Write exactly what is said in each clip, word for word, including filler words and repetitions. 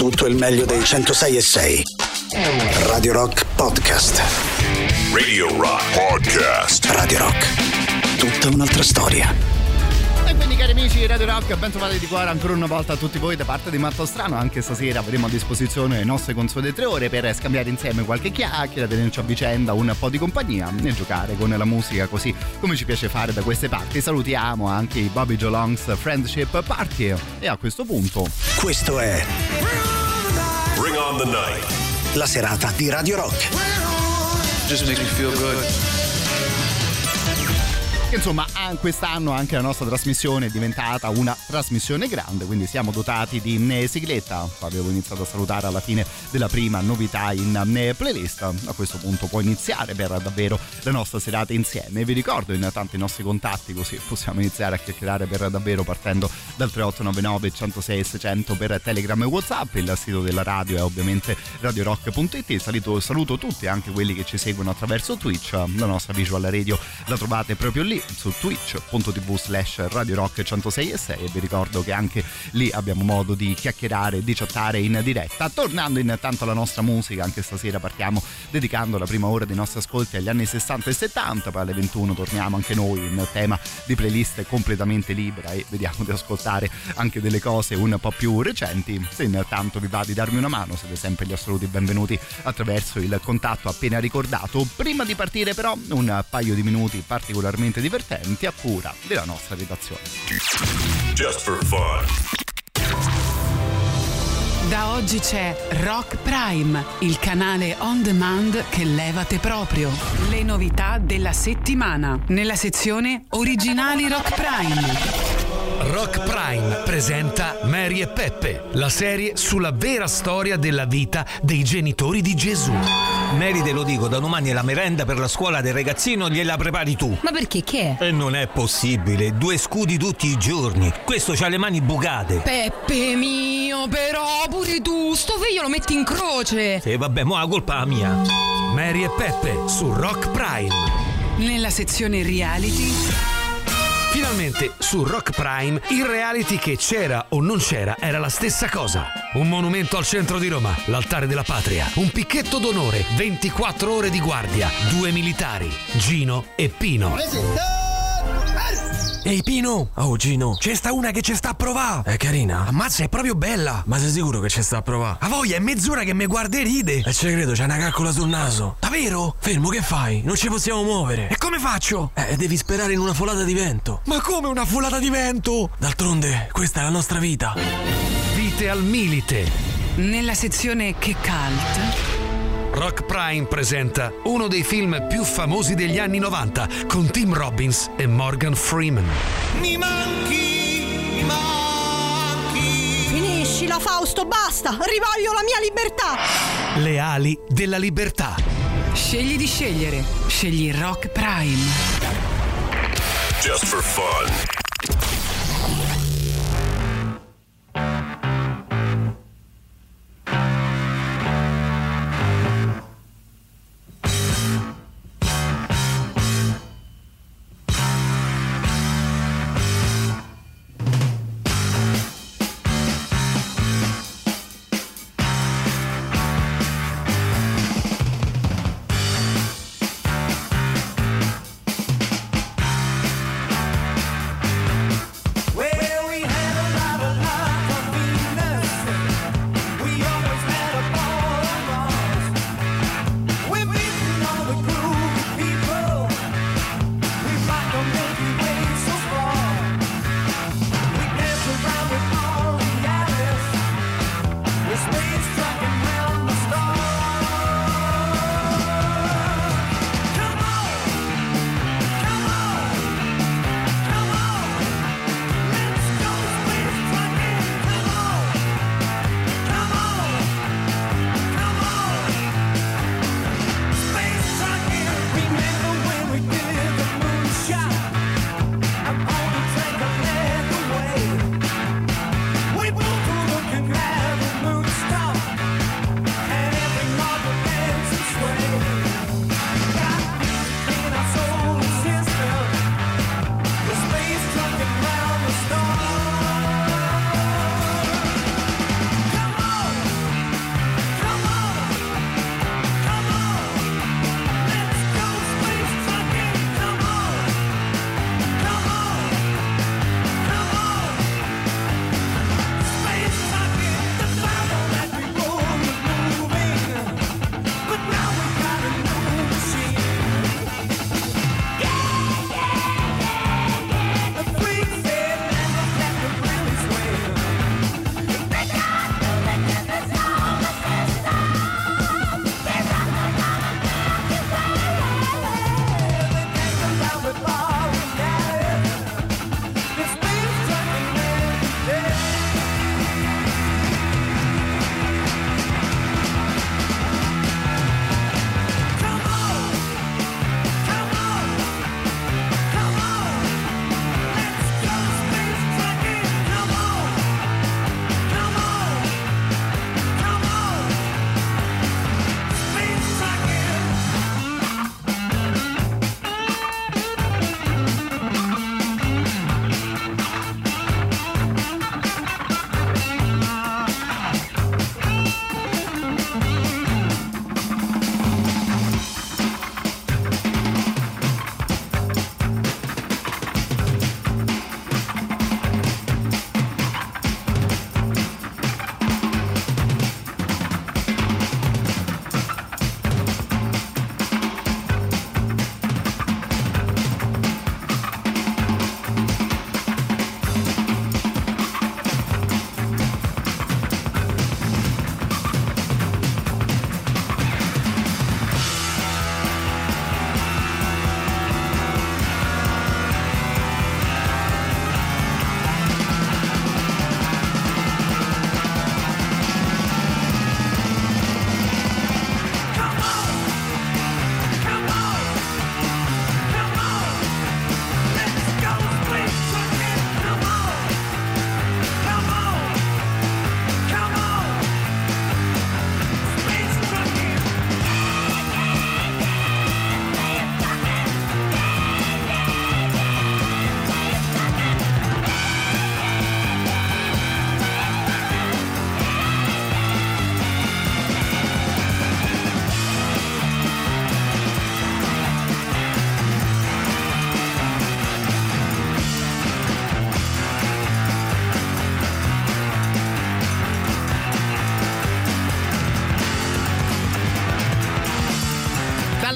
tutto il meglio dei centosei e sei. Radio Rock Podcast. Radio Rock Podcast. Radio Rock. Tutta un'altra storia. E quindi, cari amici di Radio Rock, ben trovati di cuore ancora una volta a tutti voi da parte di Matto Strano. Anche stasera avremo a disposizione le nostre consuete tre ore per scambiare insieme qualche chiacchiera, tenerci a vicenda un po' di compagnia e giocare con la musica così come ci piace fare da queste parti. Salutiamo anche i Bobby Joe Long's Friendship Party e a questo punto questo è Bring on the night. La serata di Radio Rock. Just makes me feel good. Insomma, quest'anno anche la nostra trasmissione è diventata una trasmissione grande, quindi siamo dotati di sigletta. Avevo iniziato a salutare alla fine della prima novità in playlist. A questo punto può iniziare per davvero la nostra serata insieme. Vi ricordo intanto i nostri contatti, così possiamo iniziare a chiacchierare per davvero partendo dal tre otto nove nove centosei seicento per Telegram e WhatsApp. Il sito della radio è ovviamente radio rock punto it. Saluto, saluto tutti, anche quelli che ci seguono attraverso Twitch. La nostra visual radio la trovate proprio lì su twitch punto tv slash radio rock centosei e sei, e vi ricordo che anche lì abbiamo modo di chiacchierare e di chattare in diretta. Tornando intanto alla nostra musica, anche stasera partiamo dedicando la prima ora dei nostri ascolti agli anni sessanta e settanta, poi alle ventuno torniamo anche noi in tema di playlist completamente libera e vediamo di ascoltare anche delle cose un po' più recenti. Se intanto vi va di darmi una mano, siete sempre gli assoluti benvenuti attraverso il contatto appena ricordato. Prima di partire però un paio di minuti particolarmente divertenti a cura della nostra redazione. Just for fun. Da oggi c'è Rock Prime, il canale on demand che levate proprio. Le novità della settimana nella sezione Originali Rock Prime. Rock Prime presenta Mary e Peppe, la serie sulla vera storia della vita dei genitori di Gesù. Mary, te lo dico, da domani la merenda per la scuola del ragazzino gliela prepari tu. Ma perché, che è? E non è possibile, due scudi tutti i giorni. Questo c'ha le mani bucate. Peppe mio, però pure tu, sto figlio lo metti in croce. Sì, vabbè, mo' la colpa è mia. Mary e Peppe su Rock Prime. Nella sezione reality. Finalmente su Rock Prime il reality che c'era o non c'era era la stessa cosa. Un monumento al centro di Roma, l'altare della patria, un picchetto d'onore, ventiquattro ore di guardia, due militari, Gino e Pino. Ehi Pino! Oh Gino, c'è sta una che ci sta a provare! È carina? Ammazza, è proprio bella! Ma sei sicuro che ci sta a provare? A voglia, è mezz'ora che mi guarda e ride! E ce credo, c'è una caccola sul naso! Davvero? Fermo, che fai? Non ci possiamo muovere! E come faccio? Eh, devi sperare in una folata di vento! Ma come una folata di vento? D'altronde, questa è la nostra vita! Vite al milite. Nella sezione Che Cult. Rock Prime presenta uno dei film più famosi degli anni novanta con Tim Robbins e Morgan Freeman. Mi manchi, mi manchi. Finiscila Fausto, basta, rivoglio la mia libertà. Le ali della libertà. Scegli di scegliere, scegli Rock Prime. Just for fun.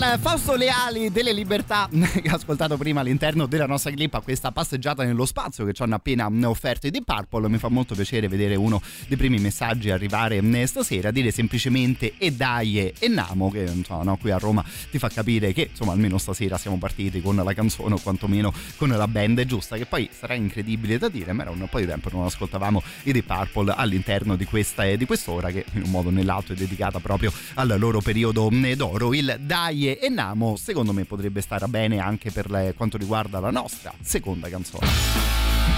Il Fausto Leali delle Libertà che ha ascoltato prima all'interno della nostra clip a questa passeggiata nello spazio che ci hanno appena offerto i Deep Purple. Mi fa molto piacere vedere uno dei primi messaggi arrivare stasera, dire semplicemente e dai e namo, che insomma, no, qui a Roma ti fa capire che insomma almeno stasera siamo partiti con la canzone o quantomeno con la band giusta, che poi sarà incredibile da dire, ma era un po' di tempo che non ascoltavamo i Deep Purple all'interno di questa di quest'ora che in un modo o nell'altro è dedicata proprio al loro periodo d'oro. Il Dai e Namo secondo me potrebbe stare bene anche per le, quanto riguarda la nostra seconda canzone.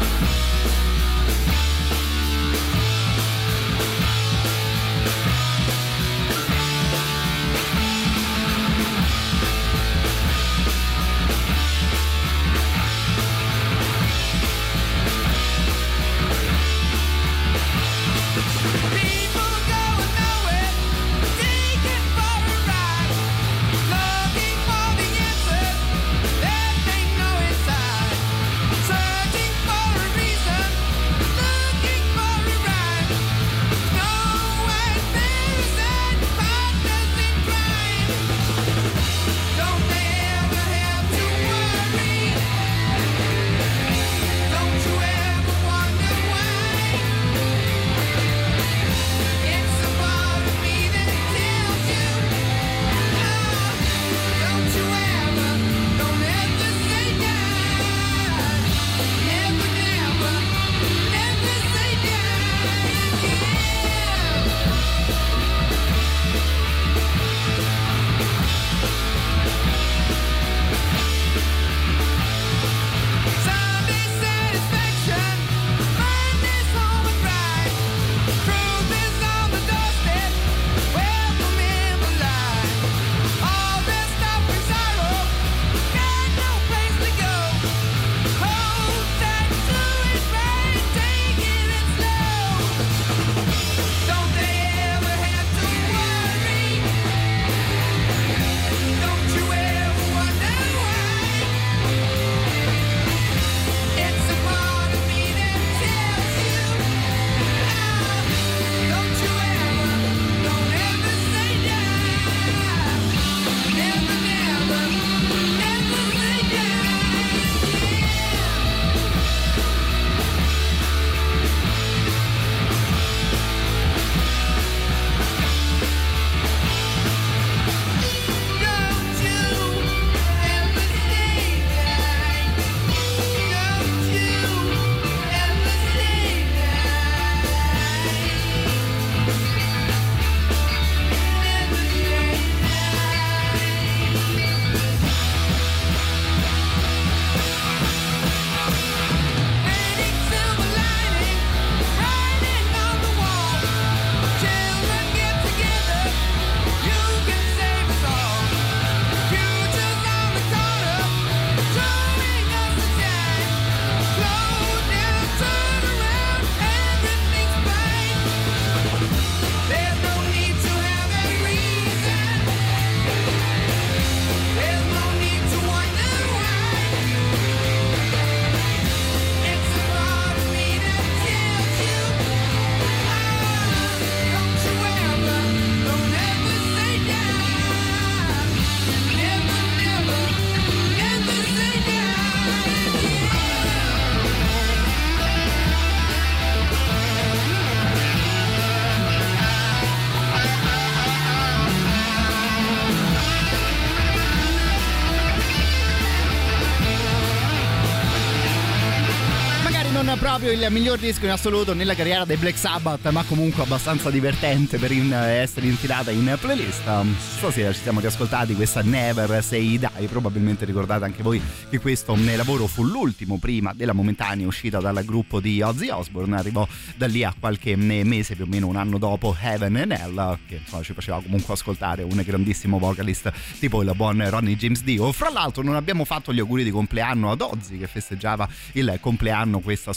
Proprio il miglior disco in assoluto nella carriera dei Black Sabbath, ma comunque abbastanza divertente per in, essere infilata in playlist. Stasera ci siamo riascoltati questa Never Say Die. Probabilmente ricordate anche voi che questo lavoro fu l'ultimo prima della momentanea uscita dal gruppo di Ozzy Osbourne. Arrivò da lì a qualche mese, più o meno un anno dopo, Heaven and Hell, che insomma, ci faceva comunque ascoltare un grandissimo vocalist tipo il buon Ronnie James Dio. Fra l'altro non abbiamo fatto gli auguri di compleanno ad Ozzy, che festeggiava il compleanno questa scorsa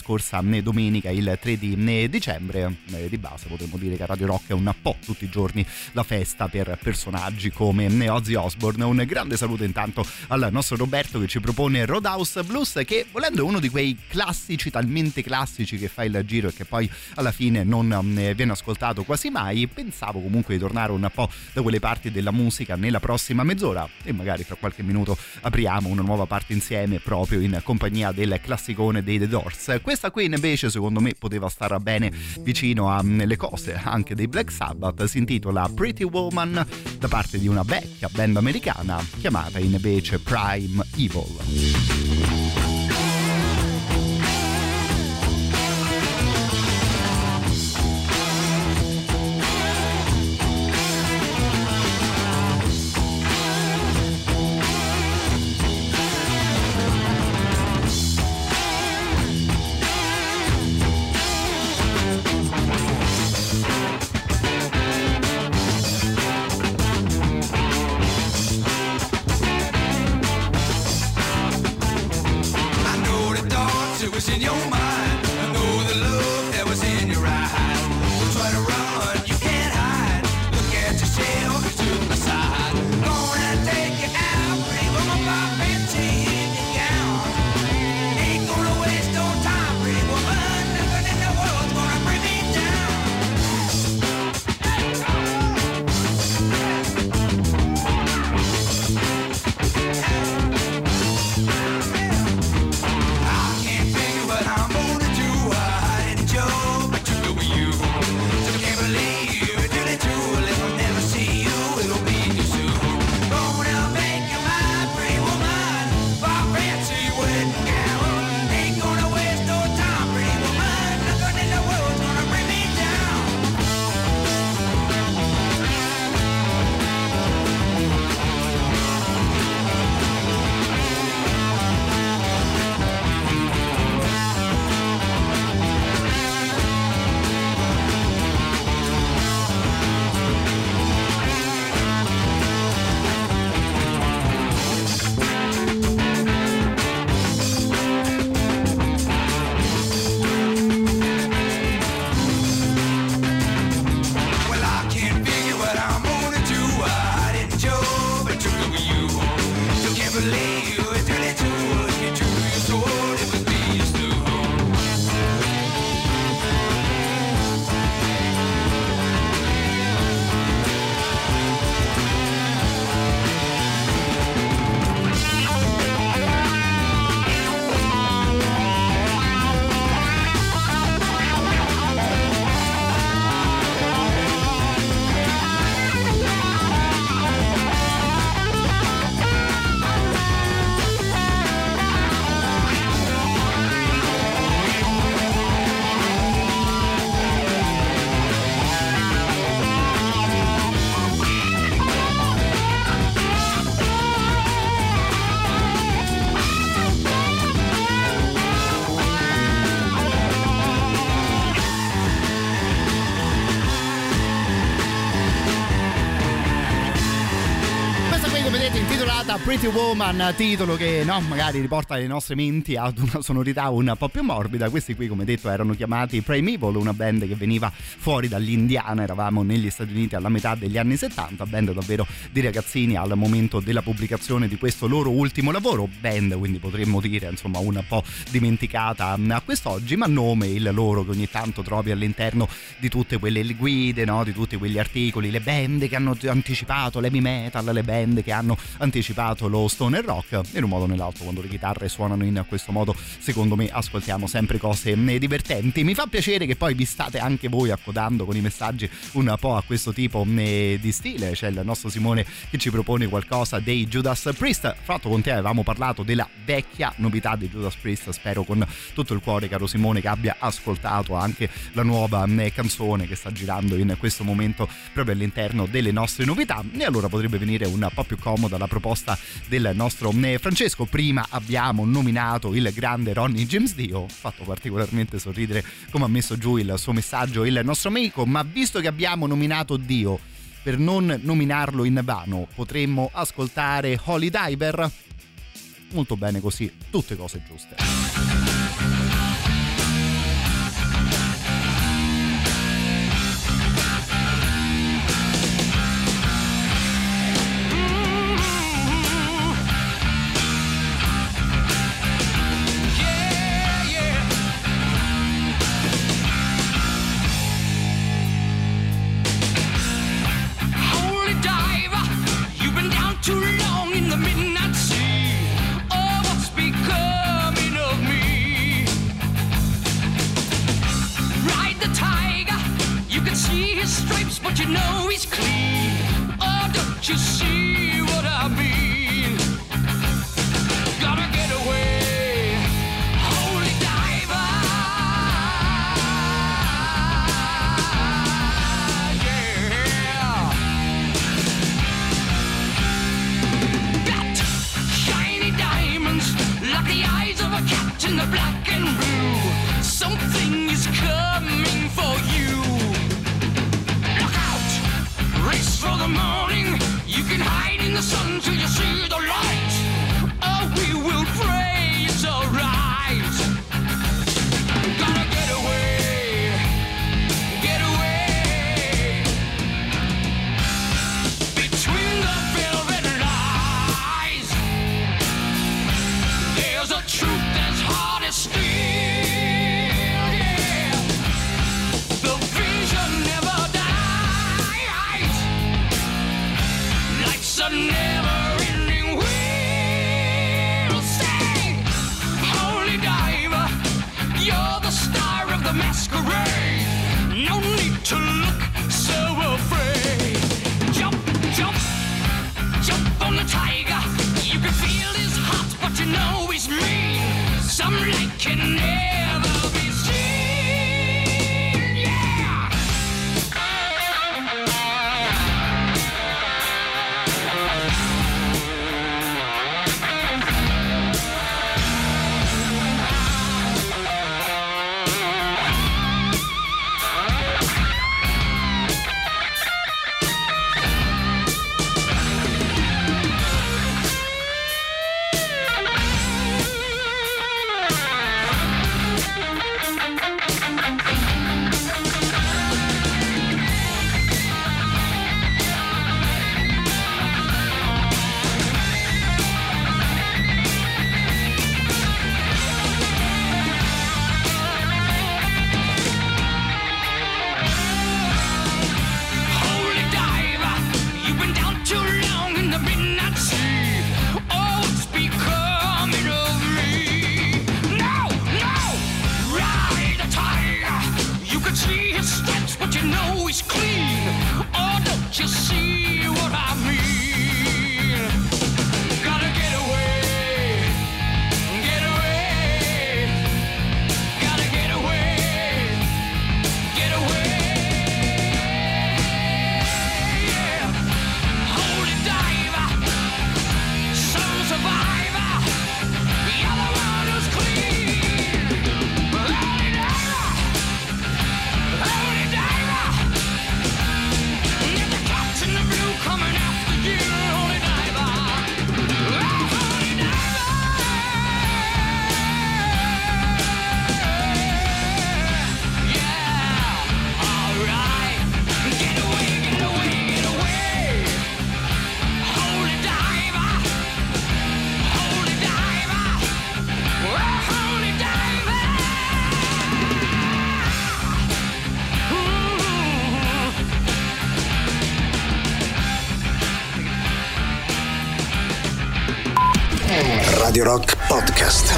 scorsa domenica, il tre di dicembre. Eh, di base potremmo dire che Radio Rock è un po' tutti i giorni la festa per personaggi come Ozzy Osbourne. Un grande saluto intanto al nostro Roberto che ci propone Roadhouse Blues, che volendo è uno di quei classici, talmente classici, che fa il giro e che poi alla fine non eh, viene ascoltato quasi mai. Pensavo comunque di tornare un po' da quelle parti della musica nella prossima mezz'ora e magari fra qualche minuto apriamo una nuova parte insieme proprio in compagnia del classicone dei The Doors. Questa qui invece secondo me poteva stare bene vicino alle cose anche dei Black Sabbath. Si intitola Pretty Woman da parte di una vecchia band americana chiamata invece Prime Evil. Pretty Woman, titolo che no, magari riporta le nostre menti ad una sonorità un po' più morbida. Questi qui, come detto, erano chiamati Prime Evil, una band che veniva fuori dall'Indiana. Eravamo negli Stati Uniti alla metà degli anni settanta, band davvero di ragazzini al momento della pubblicazione di questo loro ultimo lavoro. Band quindi potremmo dire insomma un po' dimenticata a quest'oggi, ma nome il loro che ogni tanto trovi all'interno di tutte quelle guide, no? Di tutti quegli articoli, le band che hanno anticipato l'heavy metal, le band che hanno anticipato lo stoner rock. In un modo o nell'altro, quando le chitarre suonano in questo modo, secondo me ascoltiamo sempre cose divertenti. Mi fa piacere che poi vi state anche voi accodando con i messaggi un po' a questo tipo di stile. C'è il nostro Simone che ci propone qualcosa dei Judas Priest. Fra l'altro con te avevamo parlato della vecchia novità di Judas Priest. Spero con tutto il cuore, caro Simone, che abbia ascoltato anche la nuova canzone che sta girando in questo momento proprio all'interno delle nostre novità. E allora potrebbe venire un po' più comoda la proposta del nostro Francesco. Prima abbiamo nominato il grande Ronnie James Dio, fatto particolarmente sorridere come ha messo giù il suo messaggio il nostro amico, ma visto che abbiamo nominato Dio, per non nominarlo in vano, potremmo ascoltare Holy Diver? Molto bene così, tutte cose giuste. but you know he's clean. Oh, don't you see what I mean? Gotta get away, holy diver. Yeah. Got shiny diamonds like the eyes of a cat in the black and blue. Something is coming for you. Look out! Race for the morning. You can hide in the sun till you see the light. Oh, we will pray it's alright. Gotta get away, get away. Between the velvet lies, there's a truth that's hard as steel. A never-ending wheel. Say, holy diver, you're the star of the masquerade. No need to look so afraid. Jump, jump, jump on the tiger. You can feel his heart, but you know he's mean. Some light can never be seen. Yeah. Radio Rock Podcast.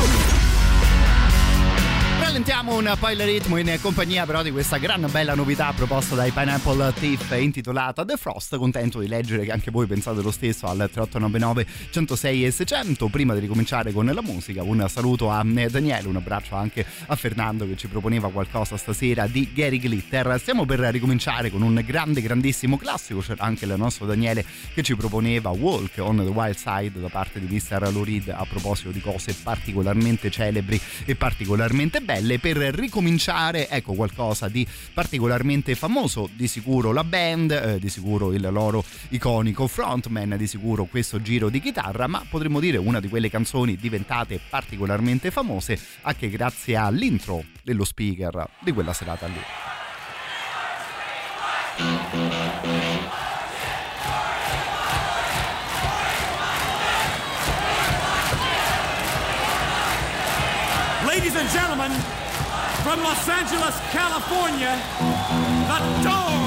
Rallentiamo un po' il ritmo in compagnia però di questa gran bella novità proposta dai Pineapple Thief intitolata The Frost. Contento di leggere che anche voi pensate lo stesso al tre otto nove nove uno zero sei seicento. Prima di ricominciare con la musica, un saluto a Daniele, un abbraccio anche a Fernando che ci proponeva qualcosa stasera di Gary Glitter. Stiamo per ricominciare con un grande grandissimo classico. C'era anche il nostro Daniele che ci proponeva Walk on the Wild Side da parte di mister Lou Reed, a proposito di cose particolarmente celebri e particolarmente belle. Per ricominciare, ecco qualcosa di particolarmente famoso, di sicuro la band, eh, di sicuro il loro iconico frontman, di sicuro questo giro di chitarra, ma potremmo dire una di quelle canzoni diventate particolarmente famose anche grazie all'intro dello speaker di quella serata lì. Ladies and gentlemen, from Los Angeles, California, the Doors!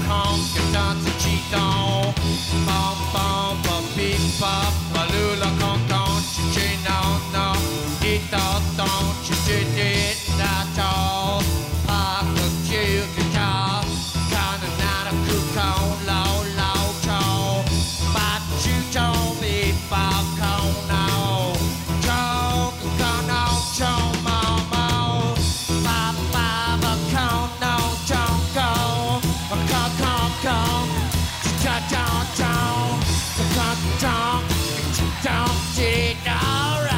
conk and dance a cheat on. Bum bum bum beep bop balula conk conk chi no no. It don't don't you did it at all. Park the cute car, kinda not a cook on low low tone. But you don't be bop on now. Chong con no chong mo mo. Bop bop a con no chong go. A con con con. Cha cha cha. Cha cha. Cha did it alright.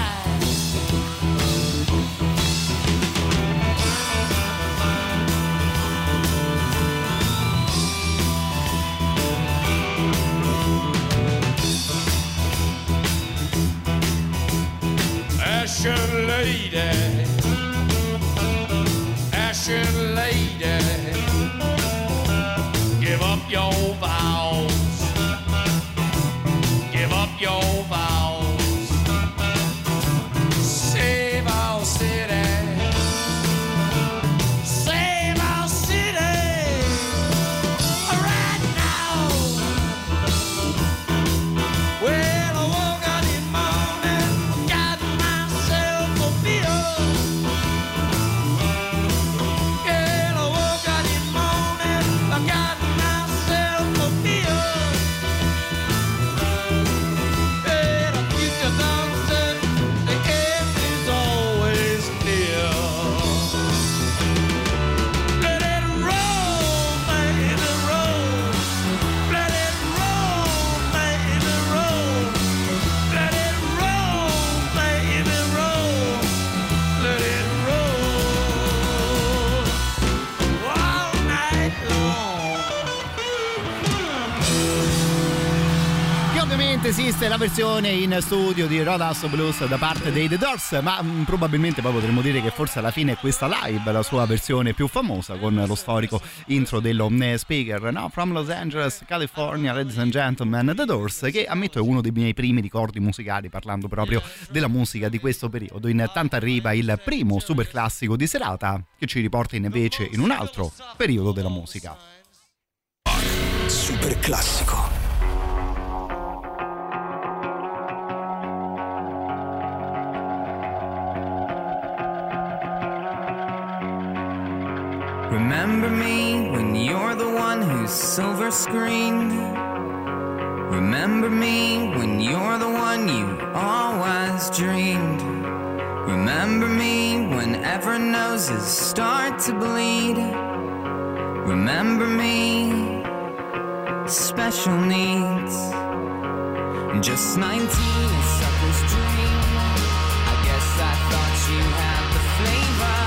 Ashen lady, ashen lady, give up your vows, give up your vows, save our city, save our city, right now. Well, I woke up in the morning, got myself a beer. Girl, I woke up in the morning, I got myself a beer. And the future's uncertain, the end is always near. Let it roll, baby, roll. Let it roll, baby, roll. Let it roll, baby, roll. Let it roll all night long. Che ovviamente esiste la versione in studio di Roadhouse Blues da parte dei The Doors, ma mh, probabilmente poi potremmo dire che forse alla fine è questa live la sua versione più famosa, con lo storico intro dello eh, speaker, no? From Los Angeles, California, ladies and gentlemen, The Doors, che ammetto è uno dei miei primi ricordi musicali, parlando proprio della musica di questo periodo. In Tanta arriva il primo super classico di serata, che ci riporta invece in un altro periodo della musica. Super classico. Remember me when you're the one who's silver screened. Remember me when you're the one you always dreamed. Remember me whenever noses start to bleed. Remember me, special needs. Just nineteen, a sucker's dream. I guess I thought you had the flavor.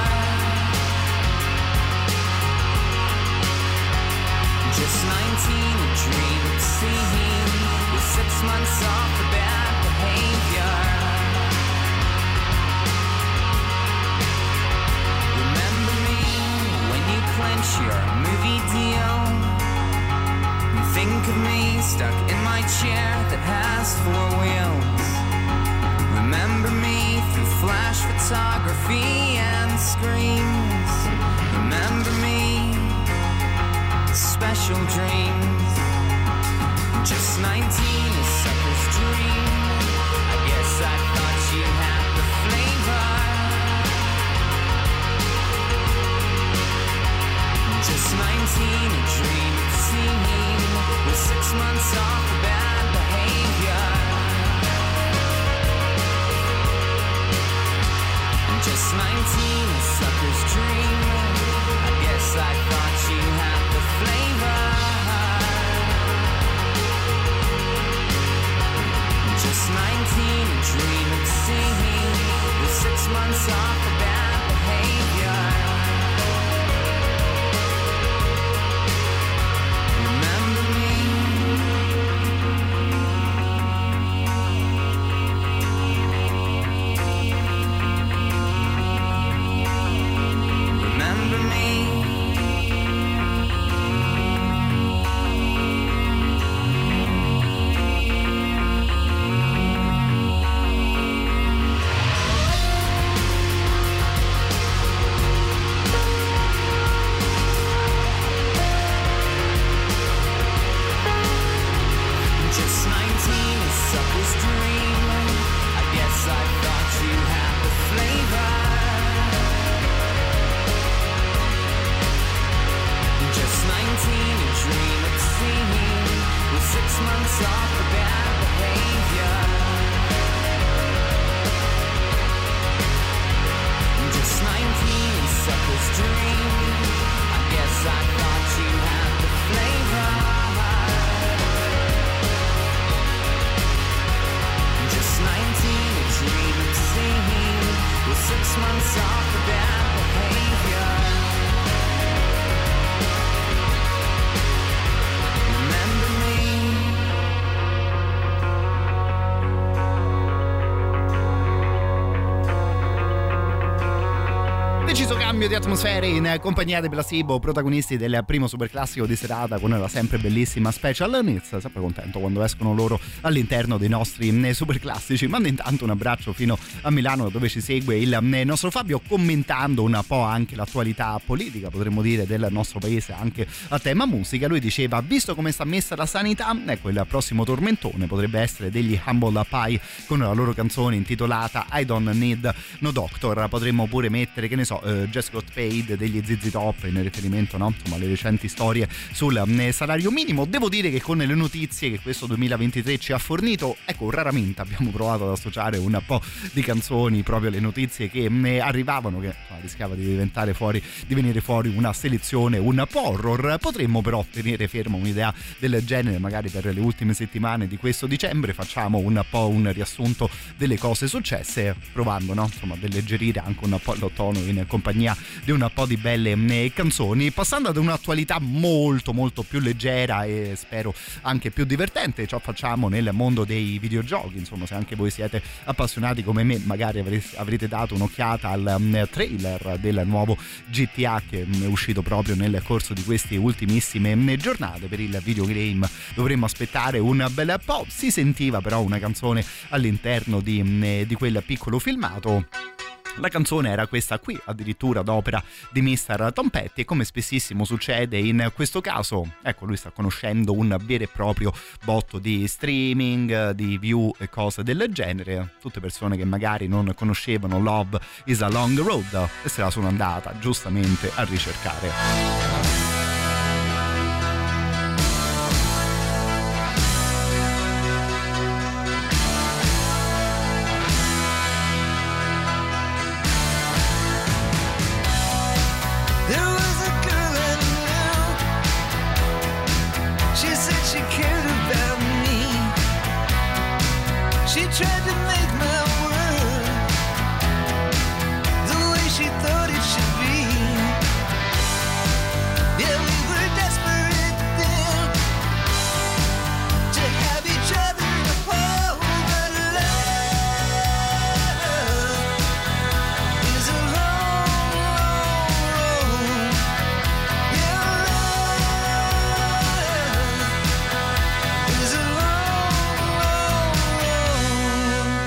Just nineteen, a dream of seeing, with six months off for bad behavior. Remember me when you clench your movie deal. You think of me stuck in my chair that has four wheels. Remember me through flash photography and screens. Remember me, special dreams. Just nineteen, a sucker's dream. I guess I thought you had the flavor. Just nineteen, a dream of seeing, with six months off for bad behavior. Just nineteen, a sucker's dream. I guess I thought you had the flavor. Just nineteen, a dream of seeing, with six months off for bad behavior. months off for bad behavior. Just nineteen and sucker's dream. I guess I thought you had the flavor. Just nineteen, a dream it seemed. With six months off for bad behavior. Remember me. Deciso cambio di atmosfere in compagnia dei Placebo, protagonisti del primo superclassico di serata con la sempre bellissima Special Needs. Sempre contento quando escono loro all'interno dei nostri superclassici. Mando intanto un abbraccio fino a Milano, dove ci segue il nostro Fabio, commentando un po' anche l'attualità politica, potremmo dire, del nostro paese anche a tema musica. Lui diceva: visto come sta messa la sanità, ecco, il prossimo tormentone potrebbe essere degli Humble Pie con la loro canzone intitolata I Don't Need No Doctor. Potremmo pure mettere, che ne so, Uh, Just Got Paid degli Z Z Top, in riferimento, no, insomma, alle recenti storie sul um, salario minimo. Devo dire che con le notizie che questo duemilaventitré ci ha fornito, ecco, raramente abbiamo provato ad associare un po' di canzoni proprio alle notizie che ne arrivavano, che insomma, rischiava di diventare fuori, di venire fuori una selezione un po' horror. Potremmo però tenere ferma un'idea del genere magari per le ultime settimane di questo dicembre. Facciamo un po' un riassunto delle cose successe, provando, no, insomma, ad alleggerire anche un po' l'otono in compagnia di un po' di belle canzoni, passando ad un'attualità molto molto più leggera e spero anche più divertente. Ciò facciamo nel mondo dei videogiochi. Insomma, se anche voi siete appassionati come me, magari avrete dato un'occhiata al trailer del nuovo G T A che è uscito proprio nel corso di queste ultimissime giornate. Per il videogame dovremmo aspettare un bel po'. Si sentiva però una canzone all'interno di, di quel piccolo filmato. La canzone era questa qui, addirittura d'opera di mister Tom Petty, e come spessissimo succede in questo caso, ecco, lui sta conoscendo un vero e proprio botto di streaming, di view e cose del genere. Tutte persone che magari non conoscevano Love is a Long Road e se la sono andata giustamente a ricercare. She tried to make my world the way she thought it should be. Yeah, we were desperate then to have each other in the palm. But love is a long, long road. Yeah, love is a long, long road.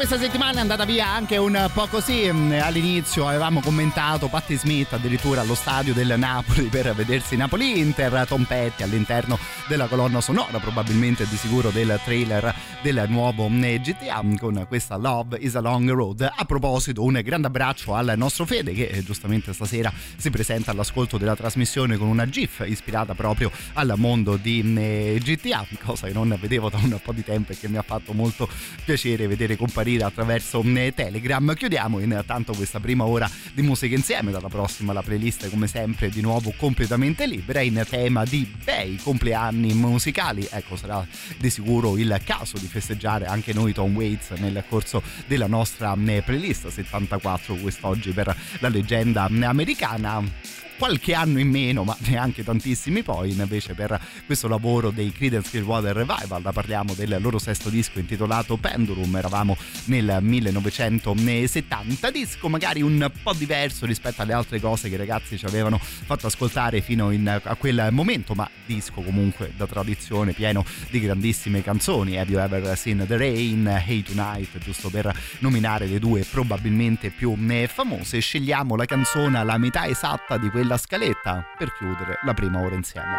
questa settimana è andata via anche un po' così. All'inizio avevamo commentato Patti Smith addirittura allo stadio del Napoli per vedersi Napoli-Inter, Tom Petty all'interno della colonna sonora, probabilmente di sicuro del trailer del nuovo G T A, con questa Love is a Long Road. A proposito, un grande abbraccio al nostro Fede che giustamente stasera si presenta all'ascolto della trasmissione con una GIF ispirata proprio al mondo di G T A, cosa che non vedevo da un po' di tempo e che mi ha fatto molto piacere vedere comparire attraverso Telegram. Chiudiamo intanto questa prima ora di musica insieme. Dalla prossima la playlist come sempre di nuovo completamente libera in tema di bei compleanni musicali. Ecco, sarà di sicuro il caso di festeggiare anche noi Tom Waits nel corso della nostra playlist settantaquattro quest'oggi per la leggenda americana. Qualche anno in meno, ma neanche tantissimi poi, invece per questo lavoro dei Creedence Clearwater Revival. Parliamo del loro sesto disco intitolato Pendulum. Eravamo nel millenovecentosettanta, disco magari un po' diverso rispetto alle altre cose che i ragazzi ci avevano fatto ascoltare fino in, a quel momento, ma disco comunque da tradizione, pieno di grandissime canzoni. Have You Ever Seen the Rain, Hey Tonight, giusto per nominare le due probabilmente più famose. Scegliamo la canzone alla metà esatta di quella la scaletta per chiudere la prima ora insieme.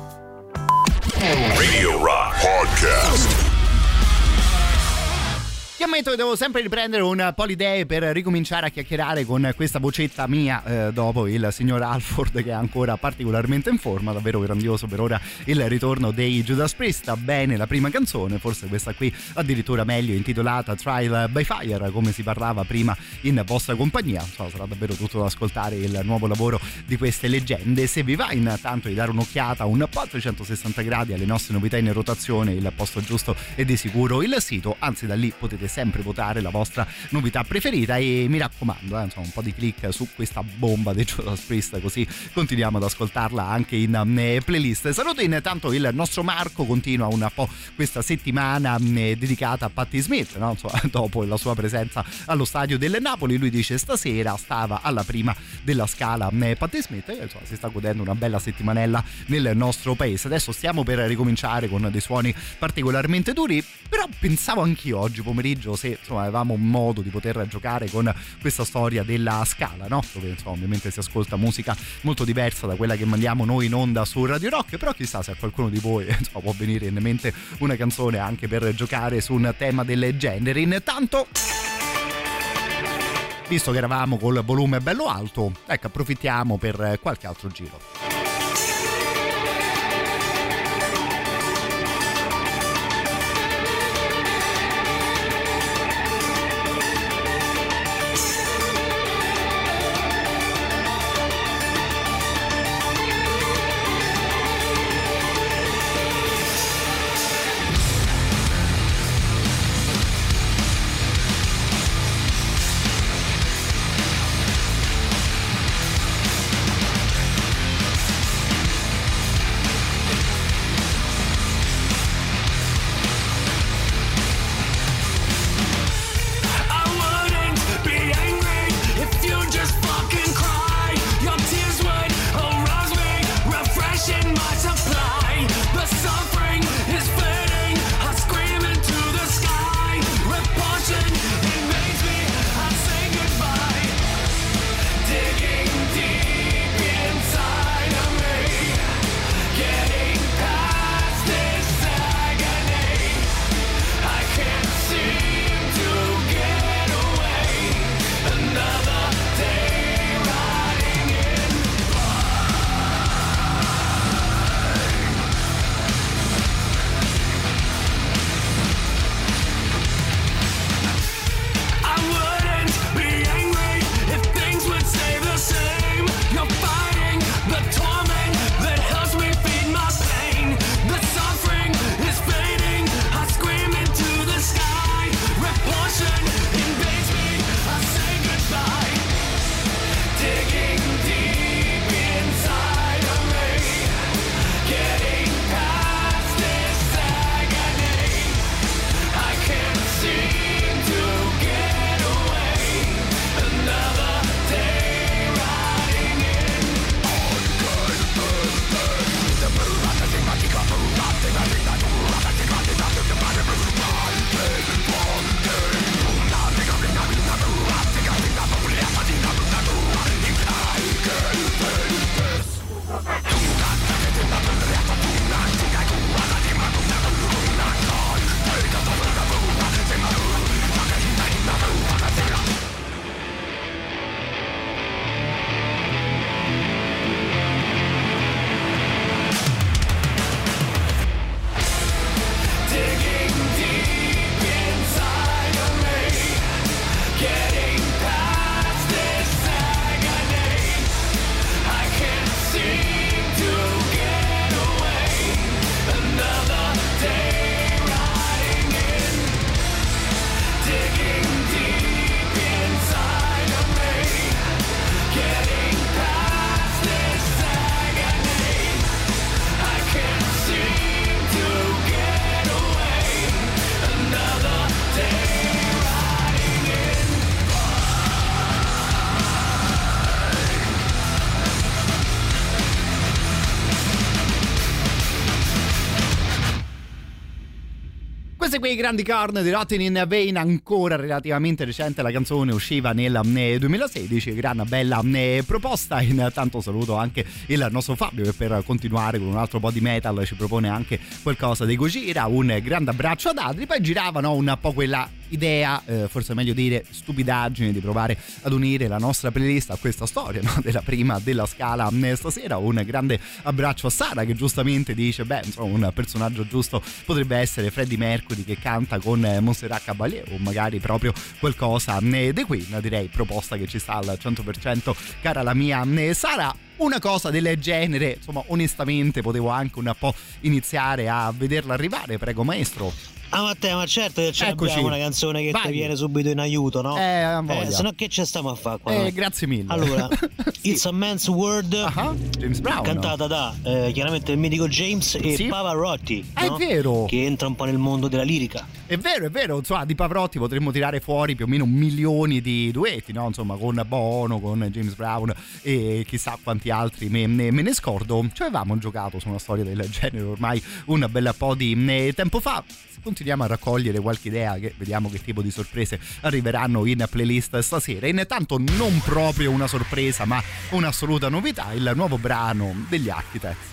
Radio Rock Podcast. Ti ammetto che devo sempre riprendere un po' le idee per ricominciare a chiacchierare con questa vocetta mia eh, dopo il signor Halford, che è ancora particolarmente in forma. Davvero grandioso per ora il ritorno dei Judas Priest. Bene la prima canzone, forse questa qui addirittura meglio, intitolata Trial by Fire, come si parlava prima in vostra compagnia. Insomma, sarà davvero tutto da ascoltare il nuovo lavoro di queste leggende. Se vi va intanto di dare un'occhiata un po' a trecentosessanta gradi alle nostre novità in rotazione, il posto giusto è di sicuro il sito, anzi da lì potete sempre votare la vostra novità preferita e mi raccomando eh, insomma, un po' di click su questa bomba dei Judas Priest, così continuiamo ad ascoltarla anche in um, playlist. Saluto intanto il nostro Marco, continua un po' questa settimana um, dedicata a Patti Smith, no? Insomma, dopo la sua presenza allo stadio del Napoli. Lui dice stasera stava alla prima della Scala um, Patti Smith e insomma, si sta godendo una bella settimanella nel nostro paese. Adesso stiamo per ricominciare con dei suoni particolarmente duri, però pensavo anch'io oggi pomeriggio se insomma avevamo un modo di poter giocare con questa storia della Scala, no? Dove insomma ovviamente si ascolta musica molto diversa da quella che mandiamo noi in onda su Radio Rock, però chissà se a qualcuno di voi insomma, può venire in mente una canzone anche per giocare su un tema del genere. Intanto, visto che eravamo col volume bello alto, ecco, approfittiamo per qualche altro giro. Questi quei grandi corn di Rotten in Vain, ancora relativamente recente la canzone, usciva nel duemilasedici, gran bella proposta. Intanto saluto anche il nostro Fabio che per continuare con un altro po' di metal ci propone anche qualcosa di Gojira. Un grande abbraccio ad Adri. Poi giravano un po' quella idea, eh, forse è meglio dire stupidaggine, di provare ad unire la nostra playlist a questa storia, no? Della prima della Scala stasera. Un grande abbraccio a Sara che giustamente dice beh insomma un personaggio giusto potrebbe essere Freddie Mercury che canta con Montserrat Caballé, o magari proprio qualcosa dei Queen. Direi proposta che ci sta al cento per cento, cara la mia Sara. Una cosa del genere, insomma, onestamente potevo anche un po' iniziare a vederla arrivare. Prego maestro. Ah Matteo, ma certo che c'è una canzone che Vai. ti viene subito in aiuto, no? Eh, eh se no che ci stiamo a fare qua? Eh, grazie mille. Allora, sì. It's a Man's World, uh-huh. James Brown, cantata da eh, chiaramente il mitico James e sì. Pavarotti, È no? vero. Che entra un po' nel mondo della lirica. È vero, è vero, insomma, di Pavarotti potremmo tirare fuori più o meno milioni di duetti, no? Insomma, con Bono, con James Brown e chissà quanti altri me, me, me ne scordo. Ci avevamo giocato su una storia del genere ormai un bel po' di tempo fa. Continuiamo a raccogliere qualche idea, che vediamo che tipo di sorprese arriveranno in playlist stasera. Intanto non proprio una sorpresa, ma un'assoluta novità, il nuovo brano degli Architects.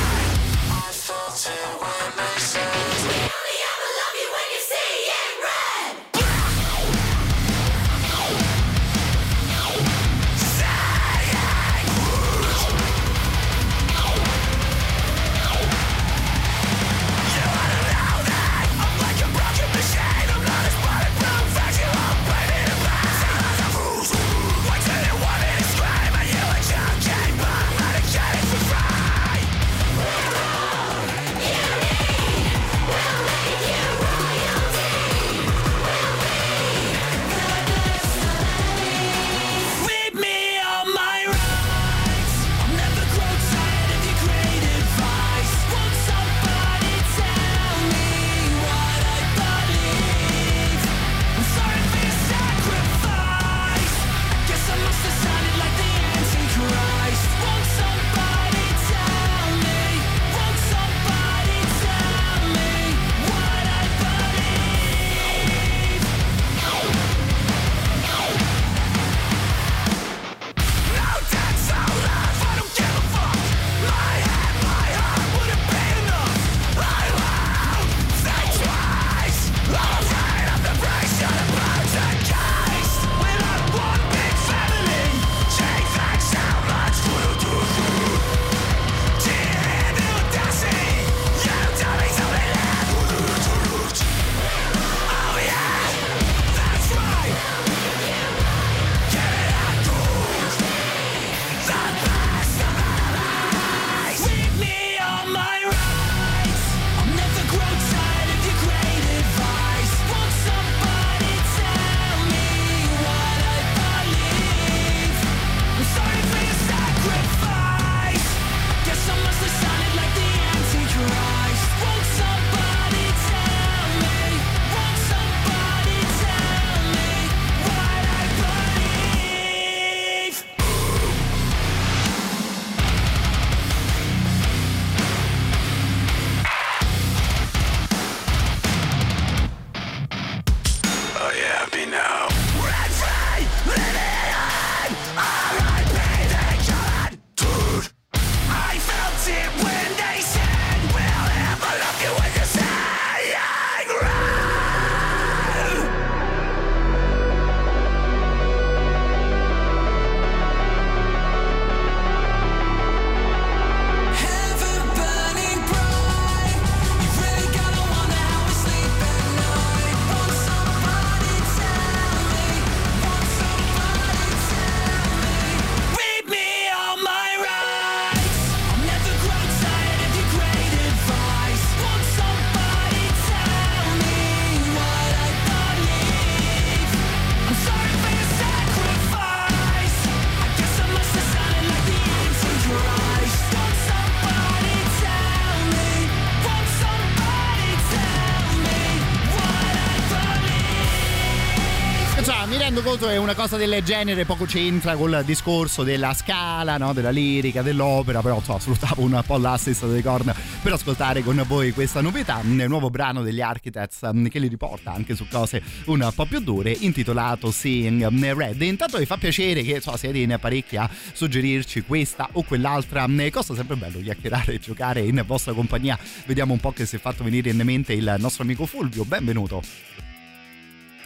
È una cosa del genere, poco c'entra col discorso della Scala, no? Della lirica, dell'opera, però insomma sfruttavo un po' l'assist dei corn per ascoltare con voi questa novità, un nuovo brano degli Architects che li riporta anche su cose un po' più dure, intitolato Seeing Red. Intanto vi fa piacere che insomma, siete in parecchi a suggerirci questa o quell'altra cosa, sempre bello chiacchierare e giocare in vostra compagnia. Vediamo un po' che si è fatto venire in mente il nostro amico Fulvio, benvenuto.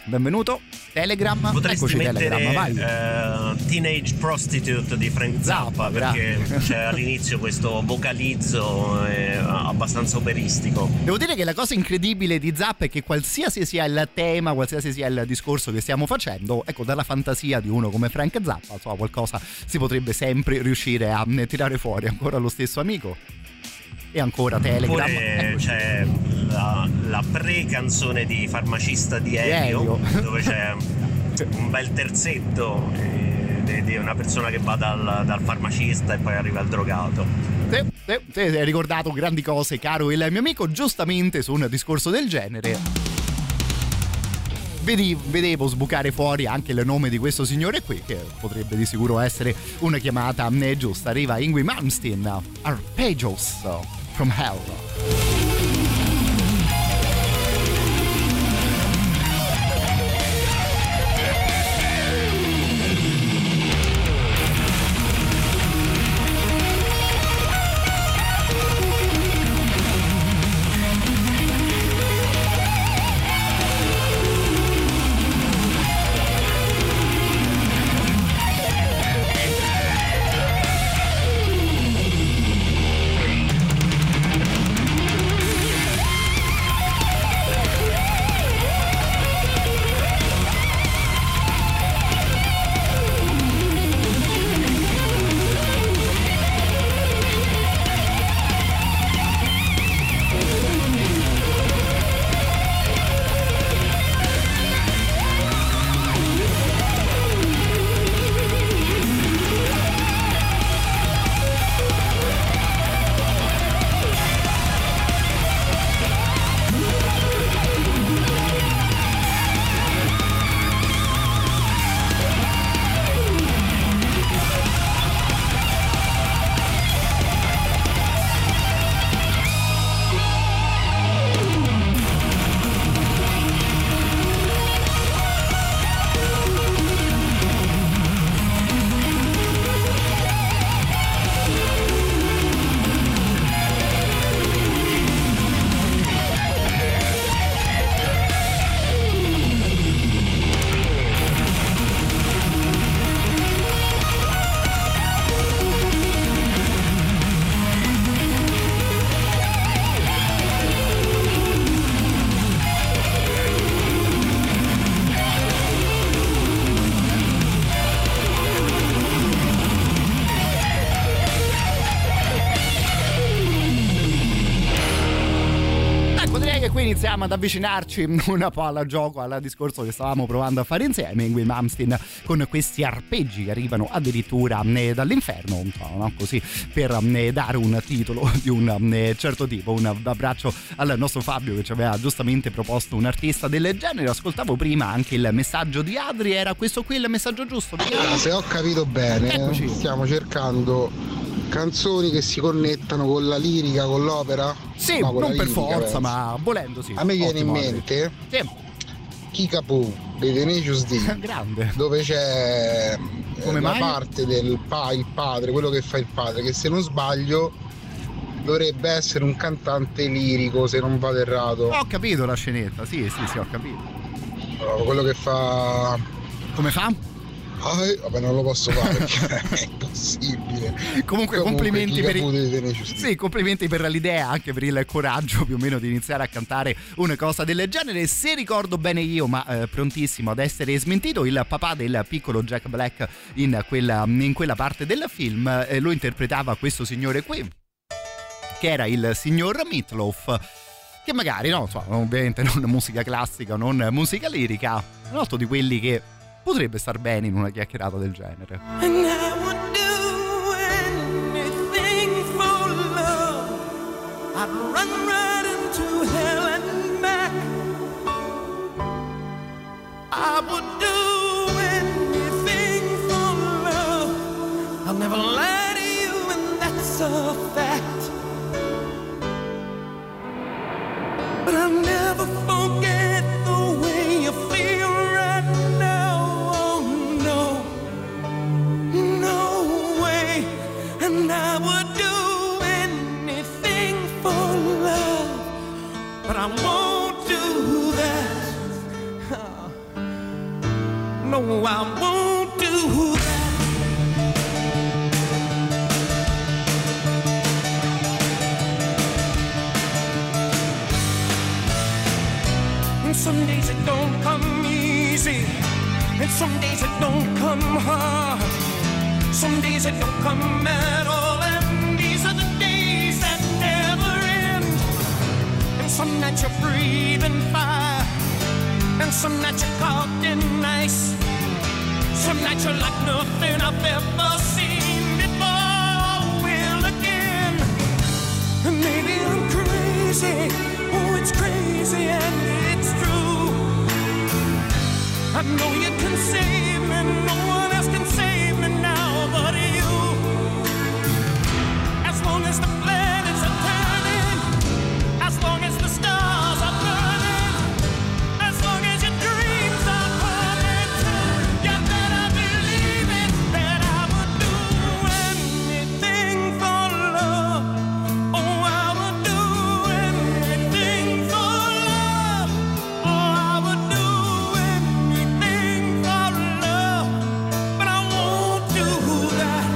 benvenuto. Telegram, potresti eccoci mettere Telegram, vai. Uh, Teenage Prostitute di Frank Zappa, perché c'è all'inizio questo vocalizzo eh, abbastanza operistico. Devo dire che la cosa incredibile di Zappa è che qualsiasi sia il tema, qualsiasi sia il discorso che stiamo facendo, ecco, dalla fantasia di uno come Frank Zappa, insomma, qualcosa si potrebbe sempre riuscire a tirare fuori. Ancora lo stesso amico e ancora Telegram. Oppure c'è la, la pre-canzone di Farmacista di Elio, Elio. dove c'è un bel terzetto eh, di una persona che va dal, dal farmacista e poi arriva al drogato. Sì, sì, sì, hai ricordato grandi cose, caro il mio amico. Giustamente su un discorso del genere Vedi, vedevo sbucare fuori anche il nome di questo signore qui, che potrebbe di sicuro essere una chiamata giusta. Arriva Yngwie Malmsteen, Arpeggios from Hell. Iniziamo ad avvicinarci un po' al gioco, al discorso che stavamo provando a fare insieme. Yngwie Malmsteen con questi arpeggi che arrivano addirittura dall'inferno, no? Così per dare un titolo di un certo tipo. Un abbraccio al nostro Fabio che ci aveva giustamente proposto un artista del genere. Ascoltavo prima anche il messaggio di Adri, era questo qui il messaggio giusto? Ah, se ho capito bene, Eccoci. stiamo cercando canzoni che si connettano con la lirica, con l'opera? Sì, no, con non per lirica, forza, penso. ma volendo sì. A me viene Ottimo, in mente sì. Kickapoo dei Tenacious D, grande, dove c'è Come la mai? parte del pa- il padre, quello che fa il padre, che se non sbaglio dovrebbe essere un cantante lirico, se non vado errato. Ho capito la scenetta, sì, sì, sì, ho capito. Oh, quello che fa... Come fa? Ah, vabbè, non lo posso fare perché è impossibile. Comunque, Comunque complimenti per il... sì, complimenti per l'idea, anche per il coraggio più o meno di iniziare a cantare una cosa del genere. Se ricordo bene io, ma eh, prontissimo ad essere smentito, il papà del piccolo Jack Black in quella, in quella parte del film eh, lo interpretava questo signore qui, che era il signor Meatloaf, che magari, no, so, ovviamente non musica classica, non musica lirica, un altro di quelli che potrebbe star bene in una chiacchierata del genere. And I would do anything for love. I'd run right into hell and back. I would do anything for love. I'll never lie to you, and that's a fact. But I'll never forget the way you feel right now. And I would do anything for love, but I won't do that. Oh. No, I won't do that. And some days it don't come easy, and some days it don't come hard. Some days it don't come at all, and these are the days that never end. And some nights you're breathing fire, and some nights you're caught in ice. Some nights you're like nothing I've ever seen before. Will again, and maybe I'm crazy. Oh, it's crazy and it's true. I know you can save me, no one else can save me now but you. As long as the planets are turning, as long as the stars are burning, as long as your dreams are coming true, you better believe it, that I would do anything for love. Oh, I would do anything for love. Oh, I would do anything for love. But I won't do that.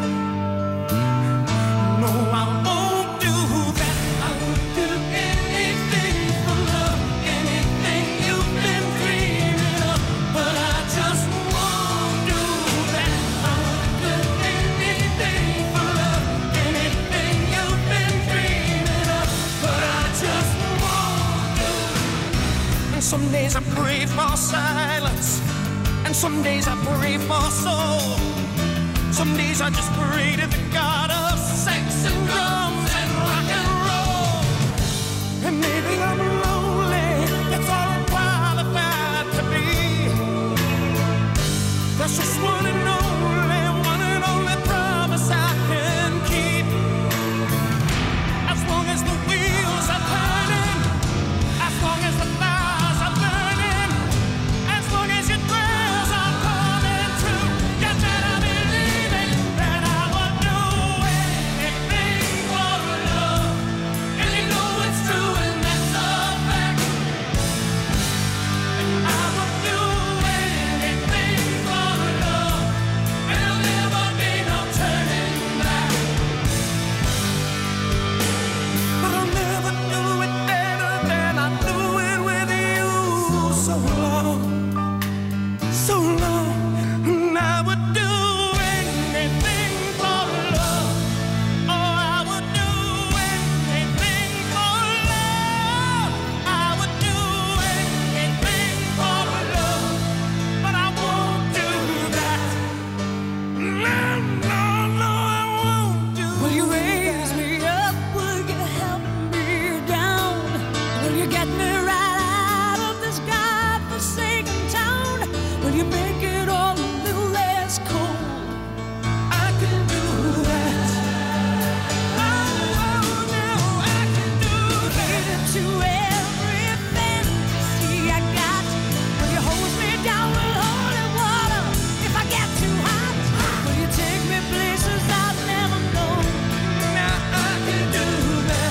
No, I won't do that. I would do anything for love, anything you've been dreaming of. But I just won't do that. I would do anything for love, anything you've been dreaming of. But I just won't do it. And some days I pray for silence, and some days I pray for soul. Some days I just pray to the God of sex and drums and rock and roll. And maybe I'm lonely, that's all I'm qualified to be. That's just one and only, one and only promise I can keep. As long as the wheels are turning, as long as the fires are burning, as long as your prayers are coming true, you better believe it, that I would do anything for love. And you know it's true, and that's a fact. I would do anything for love, and there'll never be no turning back. But I'll never do it better than I do it with you. So long, so long, and I would do anything for love. Oh, I would do anything for love. I would do anything for love, but I won't do that. No, no, no, I won't do. Will you raise me up? Will you help me down? Will you get me right out of this godforsaken town? Will you make it all a little less cold? I can do that. Oh, oh, no, I can do that. To every fantasy I got, will you hold me down with holy water if I get too hot? Will you take me places I've never known? Now I can do that.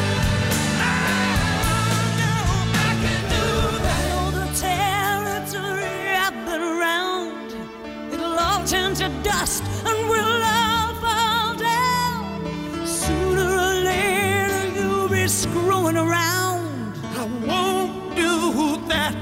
Oh, no, I can do that. I know the territory I've been around. It'll all turn to dust and we'll all fall down. Sooner or later you'll be screwing around. I won't do that.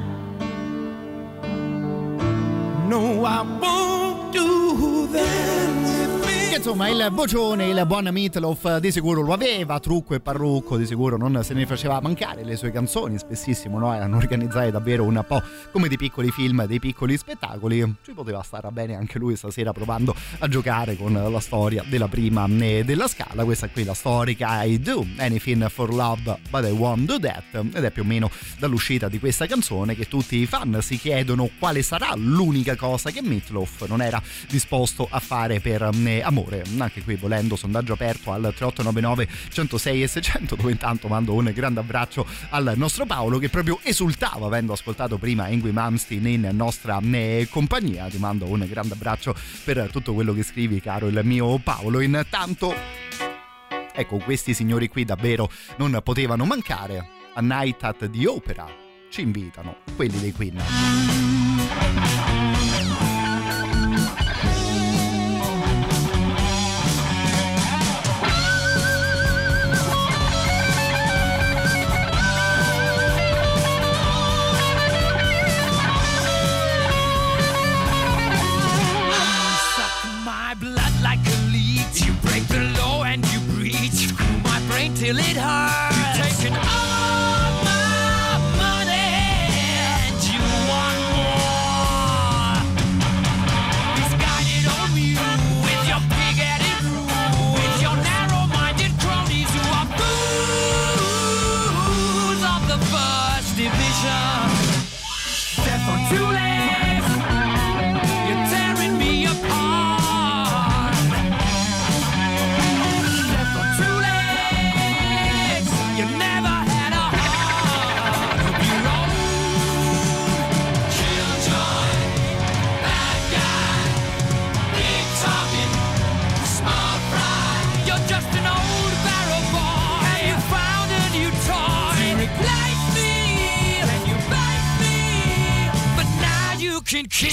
No, I won't do that. Che insomma il vocione, il buon Meatloaf di sicuro lo aveva, trucco e parrucco di sicuro non se ne faceva mancare. Le sue canzoni spessissimo, no, erano organizzate davvero un po' come dei piccoli film, dei piccoli spettacoli. Ci poteva stare bene anche lui stasera provando a giocare con la storia della prima e della Scala. Questa qui la storica I Do Anything for Love But I Won't Do That, ed è più o meno dall'uscita di questa canzone che tutti i fan si chiedono quale sarà l'unica cosa che Meatloaf non era disposto a fare per eh, amore. Anche qui volendo sondaggio aperto al tre otto nove nove uno zero sei e seicento, dove intanto mando un grande abbraccio al nostro Paolo che proprio esultava avendo ascoltato prima Yngwie Malmsteen in nostra eh, compagnia. Ti mando un grande abbraccio per tutto quello che scrivi, caro il mio Paolo. Intanto ecco, questi signori qui davvero non potevano mancare. A Night at the Opera ci invitano quelli dei Queen.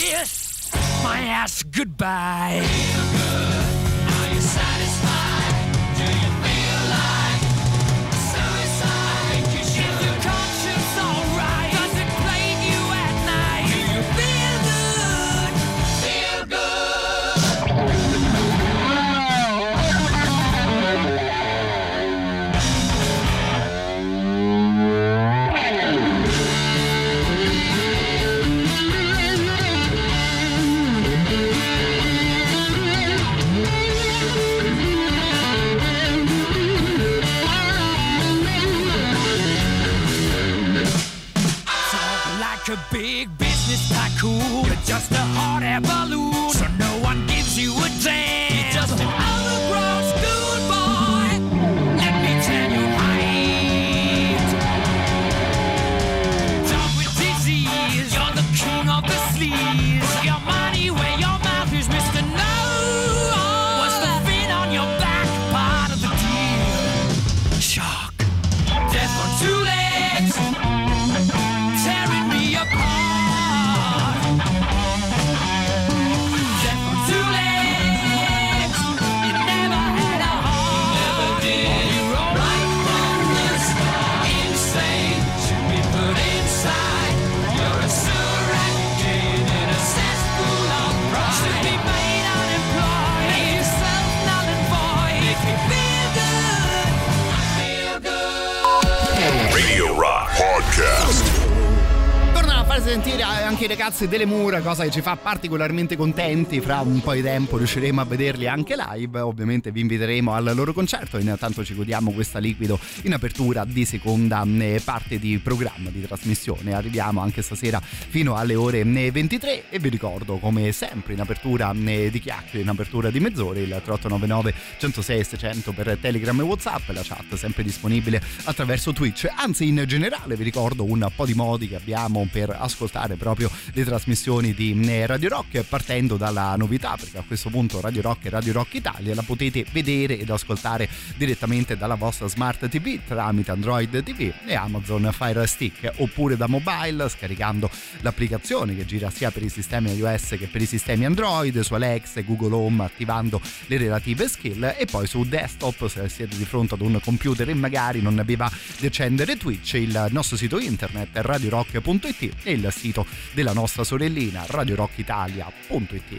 kiss my ass goodbye. Are you satisfied? Do you feel like suicide? Is your conscience alright? Does it plague you at night? Do you feel good? Feel good. A big business tycoon. You're just a hot air balloon, so no one gives you a damn. You're just an overgrown schoolboy. Let me tell you right. Done with disease, you're the king of the sleaze. Put your money where your mouth is, Mister No. What's the fin on your back? Part of the deal. Shark. Death on two legs. Tearing me apart. Death on two legs. You never had a heart. Never did. You're all right from the start. Insane should be put inside. You're a surrogate in a cesspool of pride. Should be made unemployed. Make yourself null and void. Make me feel good. I feel good. Radio Rock Podcast. Torna a far sentire anche i ragazzi delle Mura, cosa che ci fa particolarmente contenti. Fra un po' di tempo riusciremo a vederli anche live. Ovviamente vi inviteremo al loro concerto e intanto ci godiamo questa Liquido in apertura di seconda parte di programma, di trasmissione. Arriviamo anche stasera fino alle ore ventitré e vi ricordo come sempre in apertura di chiacchiere, in apertura di mezz'ora, il tre otto nove nove, centosei, seicento per Telegram e WhatsApp, la chat sempre disponibile attraverso Twitch. Anzi, in generale vi ricordo un po' di modi che abbiamo per ascoltare proprio le trasmissioni di Radio Rock, partendo dalla novità, perché a questo punto Radio Rock e Radio Rock Italia la potete vedere ed ascoltare direttamente dalla vostra Smart T V tramite Android T V e Amazon Fire Stick, oppure da mobile scaricando l'applicazione che gira sia per i sistemi iOS che per i sistemi Android, su Alexa e Google Home, attivando le relative skill, e poi su desktop, se siete di fronte ad un computer e magari non aveva di accendere Twitch, il nostro sito internet radio rock punto it e il sito della nostra sorellina radio rock italia punto it.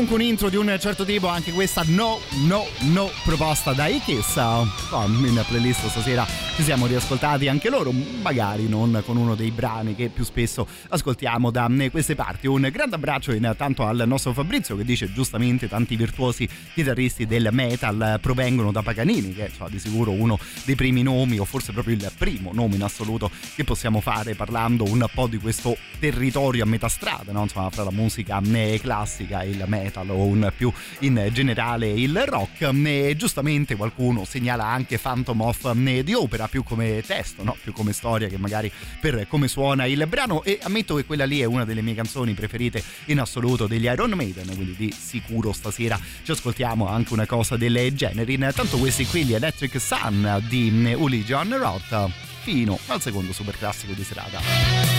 comunque un intro di un certo tipo, anche questa no, no, no proposta dai Kiss. Oh, in playlist stasera ci siamo riascoltati anche loro, magari non con uno dei brani che più spesso ascoltiamo da queste parti. Un grande abbraccio intanto al nostro Fabrizio, che dice giustamente tanti virtuosi chitarristi del metal provengono da Paganini, che è cioè, di sicuro uno dei primi nomi, o forse proprio il primo nome in assoluto che possiamo fare parlando un po' di questo territorio a metà strada, no? Insomma, fra la musica classica, il metal o un più in generale il rock. E giustamente qualcuno segnala anche Phantom of the Opera, più come testo, no? Più come storia che magari per come suona il brano, e ammetto che quella lì è una delle mie canzoni preferite in assoluto degli Iron Maiden, quindi di sicuro stasera ci ascoltiamo anche una cosa del genere. Intanto questi qui gli Electric Sun di Uli John Roth, fino al secondo super classico di serata.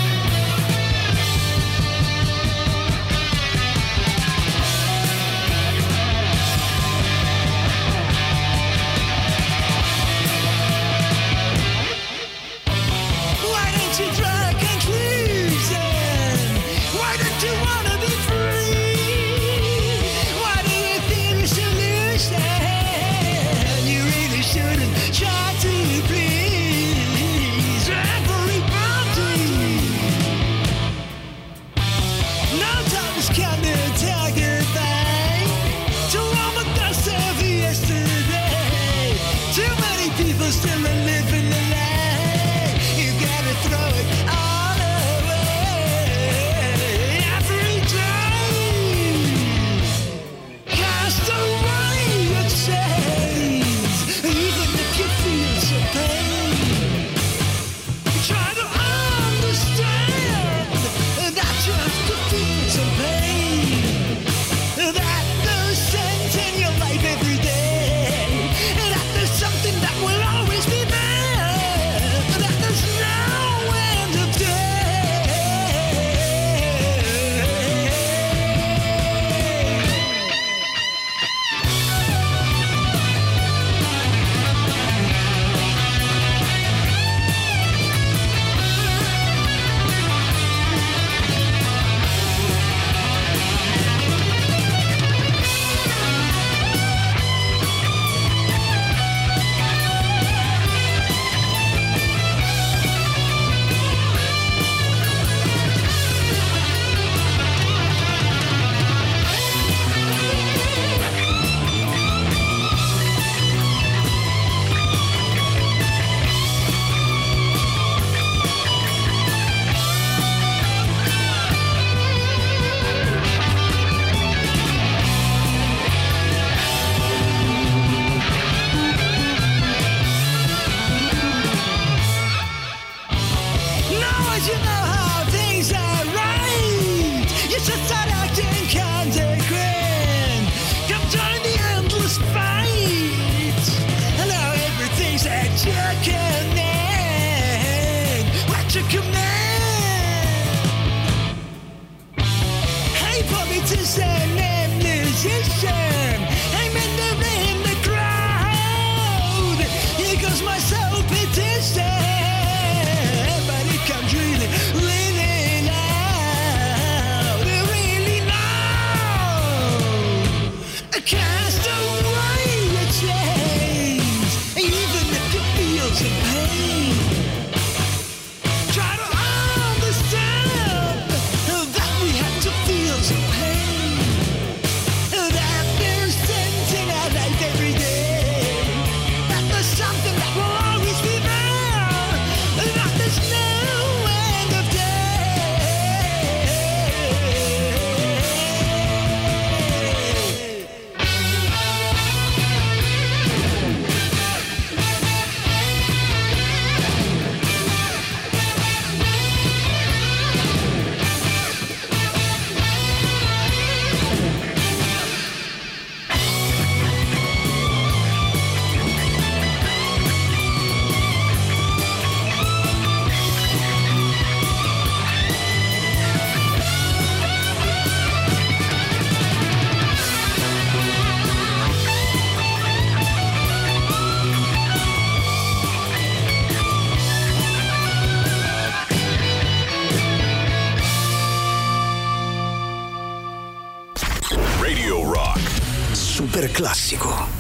super classico.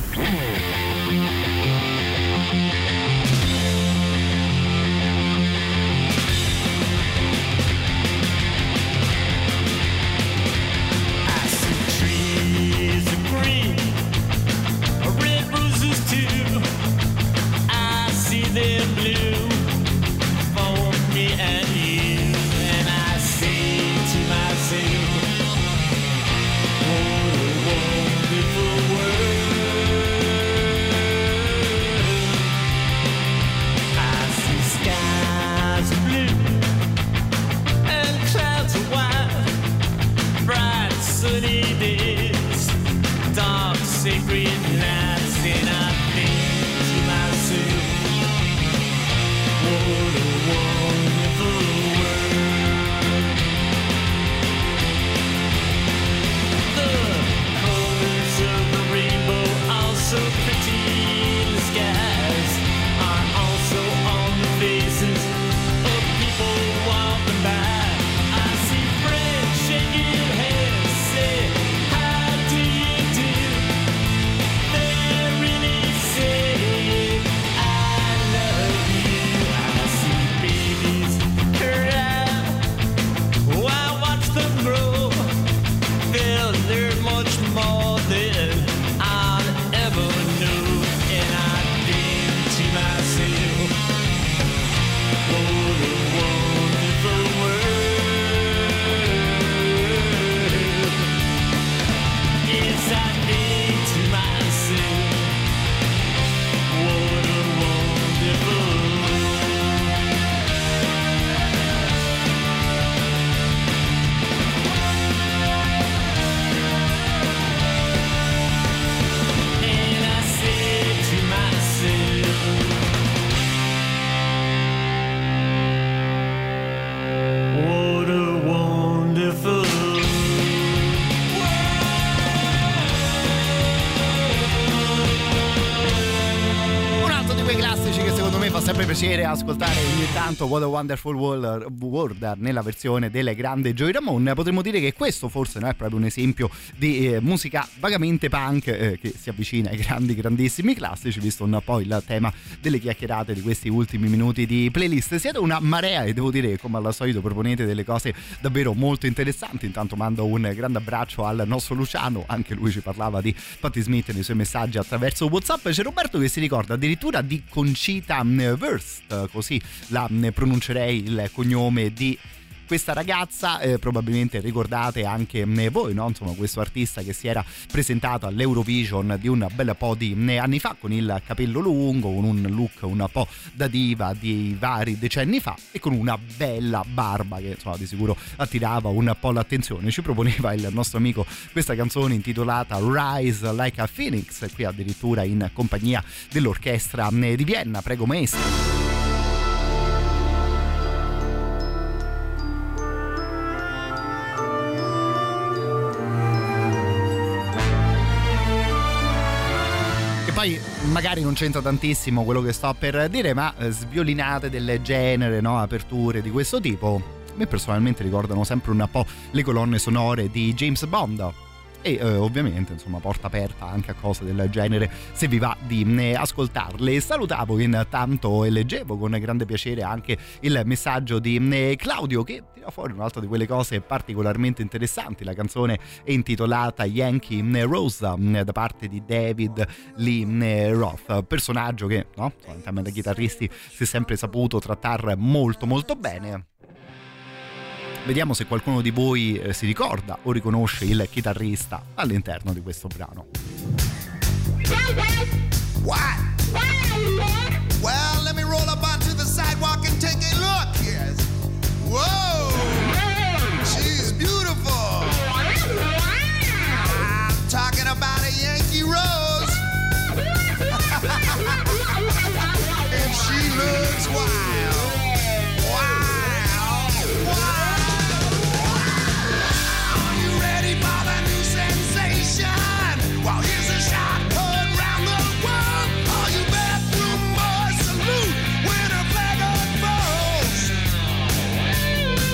They're blue for me and you, and I say to myself, what a wonderful world. I see skies of blue and clouds of white, bright sunny days, dark sacred nights, and I think to myself, what a wonderful world. The colors of the rainbow are so pretty in the skies, are also on the faces of people walking by. I see friends shaking hands, say, how do you do? They really say, I love you. I watch them grow. They'll learn much more than I'll ever know. And I think to myself, what a wonderful world. Yes, I think to myself, what a wonderful world. What a wonderful Un altro di quei classici che secondo me fa sempre piacere ascoltare ogni tanto, What a Wonderful World, World nella versione del grande Joey Ramone. Potremmo dire che questo forse non è proprio un esempio di eh, musica vagamente punk eh, che si avvicina ai grandi grandissimi classici, visto un po' il tema delle chiacchierate di questi ultimi minuti di playlist. Siete una marea e devo dire che come al solito proponete delle cose davvero molto interessanti. Intanto mando un grande abbraccio al nostro Luciano, anche lui ci parlava di Patti Smith nei suoi messaggi attraverso WhatsApp. C'è Roberto che si ricorda addirittura di Conchita Wurst, così la pronuncerei il cognome di questa ragazza, eh, probabilmente ricordate anche eh, voi, no? Insomma, questo artista che si era presentato all'Eurovision di un bel po' di eh, anni fa, con il capello lungo, con un look un po' da diva di vari decenni fa e con una bella barba che insomma di sicuro attirava un po' l'attenzione. Ci proponeva il nostro amico questa canzone intitolata Rise Like a Phoenix, qui addirittura in compagnia dell'orchestra eh, di Vienna. Prego maestro. Poi magari non c'entra tantissimo quello che sto per dire, ma sviolinate del genere, no? Aperture di questo tipo, a me personalmente ricordano sempre un po' le colonne sonore di James Bond. E eh, ovviamente insomma porta aperta anche a cose del genere se vi va di eh, ascoltarle. Salutavo intanto e leggevo con grande piacere anche il messaggio di eh, Claudio, che tira fuori un'altra di quelle cose particolarmente interessanti. La canzone è intitolata Yankee Rose eh, da parte di David Lee eh, Roth, personaggio che, no, in tema da chitarristi si è sempre saputo trattare molto molto bene. Vediamo se qualcuno di voi eh, si ricorda o riconosce il chitarrista all'interno di questo brano. What? Well, let me roll up onto the sidewalk and take a look. Yes. Whoa! She's beautiful. I'm talking about a Yankee Rose. And she looks wild. Wild. Wild. Well, here's a shot heard round the world. All you bathroom boys salute when her flag unfolds.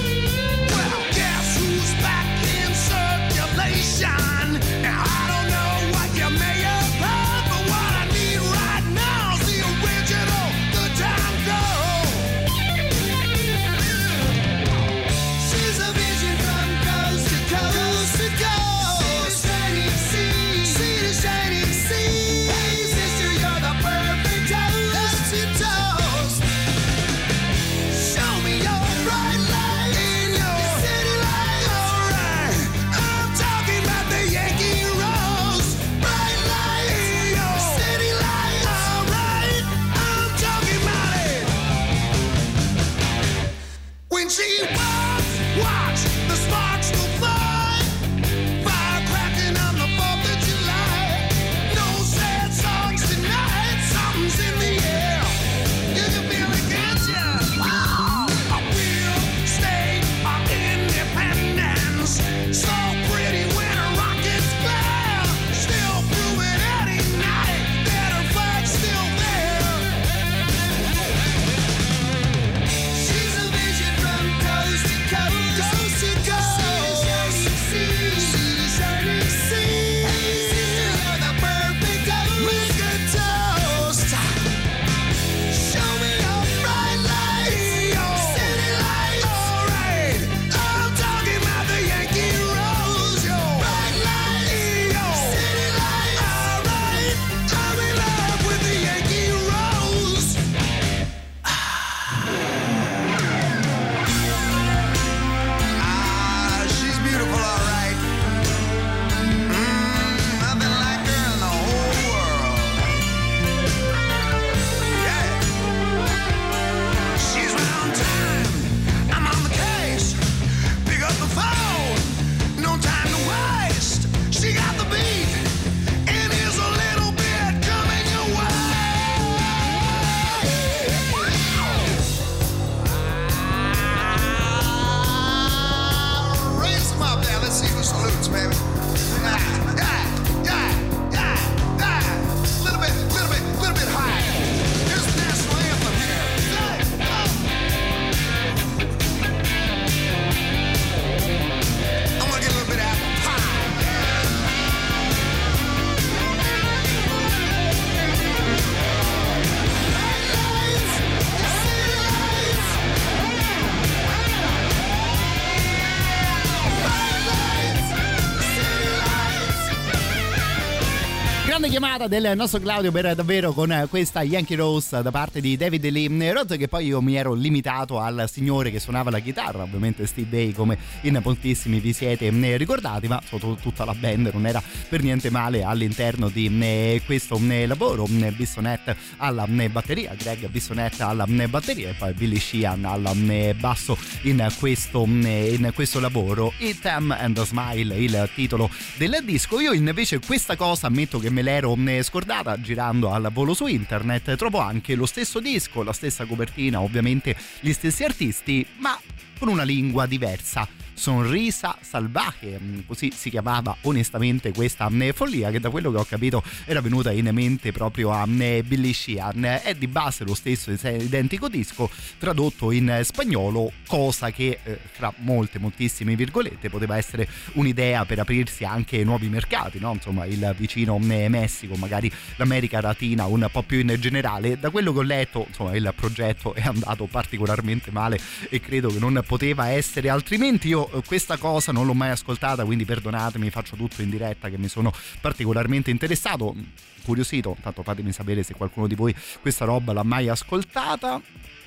Grande chiamata del nostro Claudio per davvero con questa Yankee Rose da parte di David Lee Roth, che poi io mi ero limitato al signore che suonava la chitarra, ovviamente Steve Vai, come in moltissimi vi siete ricordati, ma tutta la band non era per niente male all'interno di questo lavoro. Bissonette alla batteria, Greg Bissonette alla batteria e poi Billy Sheehan al basso in questo, in questo lavoro. Hit 'em and a Smile, il titolo del disco. Io invece questa cosa ammetto che me l'ero scordata girando al volo su internet. Trovo anche lo stesso disco, la stessa copertina, ovviamente gli stessi artisti, ma con una lingua diversa. Sonrisa Salvaje, così si chiamava onestamente questa follia, che da quello che ho capito era venuta in mente proprio a Billy Sheehan. È di base lo stesso identico disco tradotto in spagnolo, cosa che eh, fra molte moltissime virgolette poteva essere un'idea per aprirsi anche nuovi mercati, no? Insomma, il vicino Messico, magari l'America Latina un po' più in generale. Da quello che ho letto, insomma, il progetto è andato particolarmente male e credo che non poteva essere altrimenti. Io questa cosa non l'ho mai ascoltata, quindi perdonatemi, faccio tutto in diretta che mi sono particolarmente interessato, curiosito. Tanto fatemi sapere se qualcuno di voi questa roba l'ha mai ascoltata.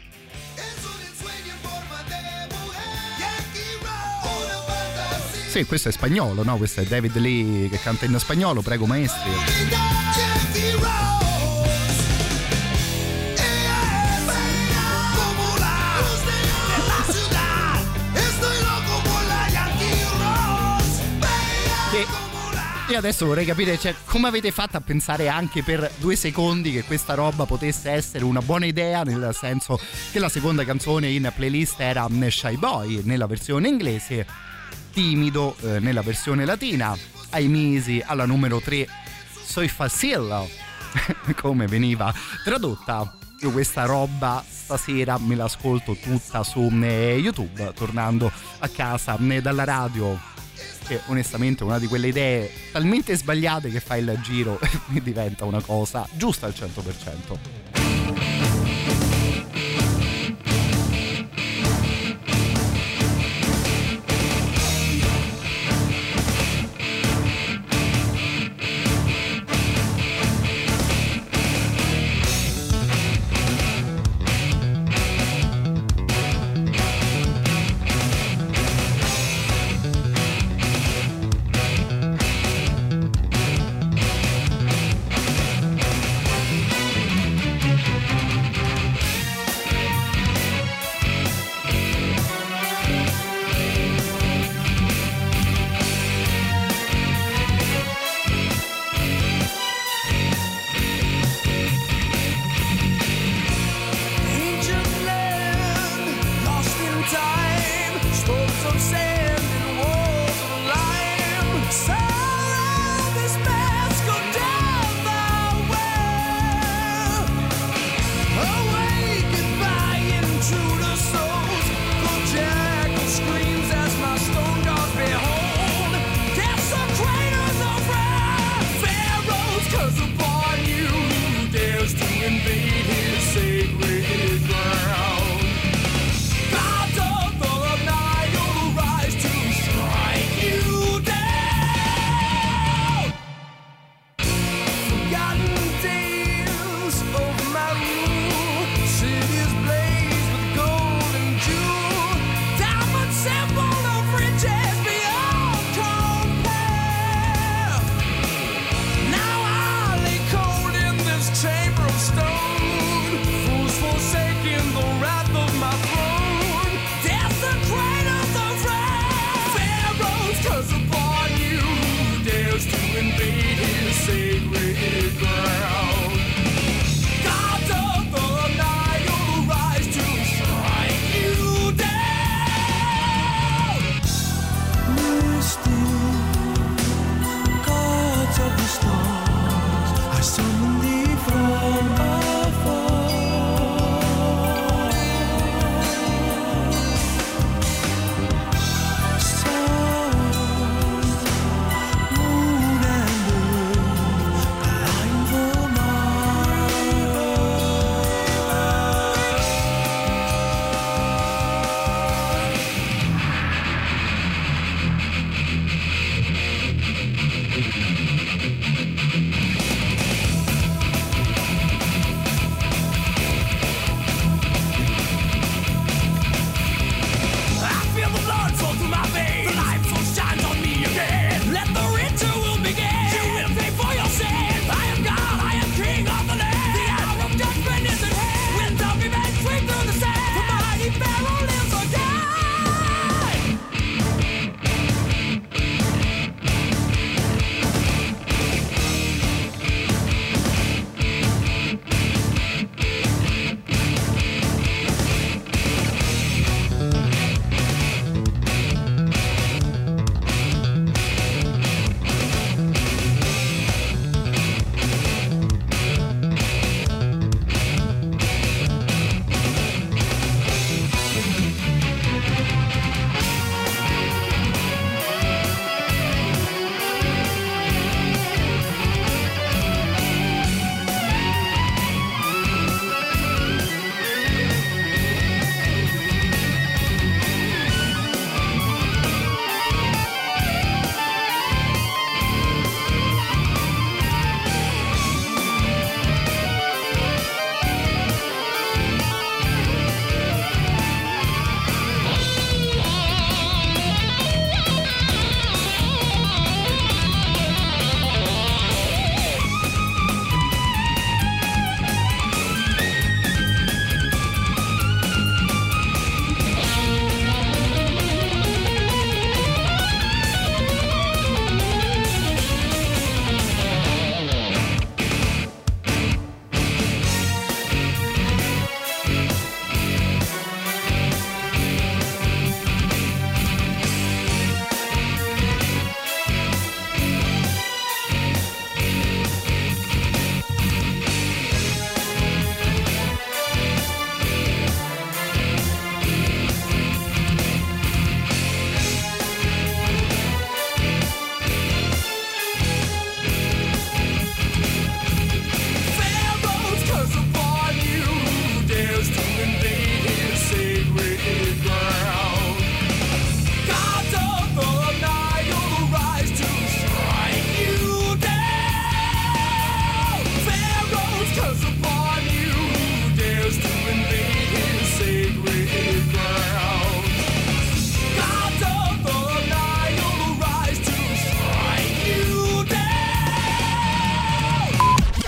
Sì, questo è spagnolo, no? Questo è David Lee che canta in spagnolo, prego maestri. Io adesso vorrei capire, cioè, come avete fatto a pensare anche per due secondi che questa roba potesse essere una buona idea, nel senso che la seconda canzone in playlist era Shy Boy nella versione inglese, Timido eh, nella versione latina, ai misi alla numero tre Soy Facile come veniva tradotta. Io questa roba stasera me l'ascolto tutta su YouTube tornando a casa dalla radio, che onestamente è una di quelle idee talmente sbagliate che fa il giro e diventa una cosa giusta al cento per cento.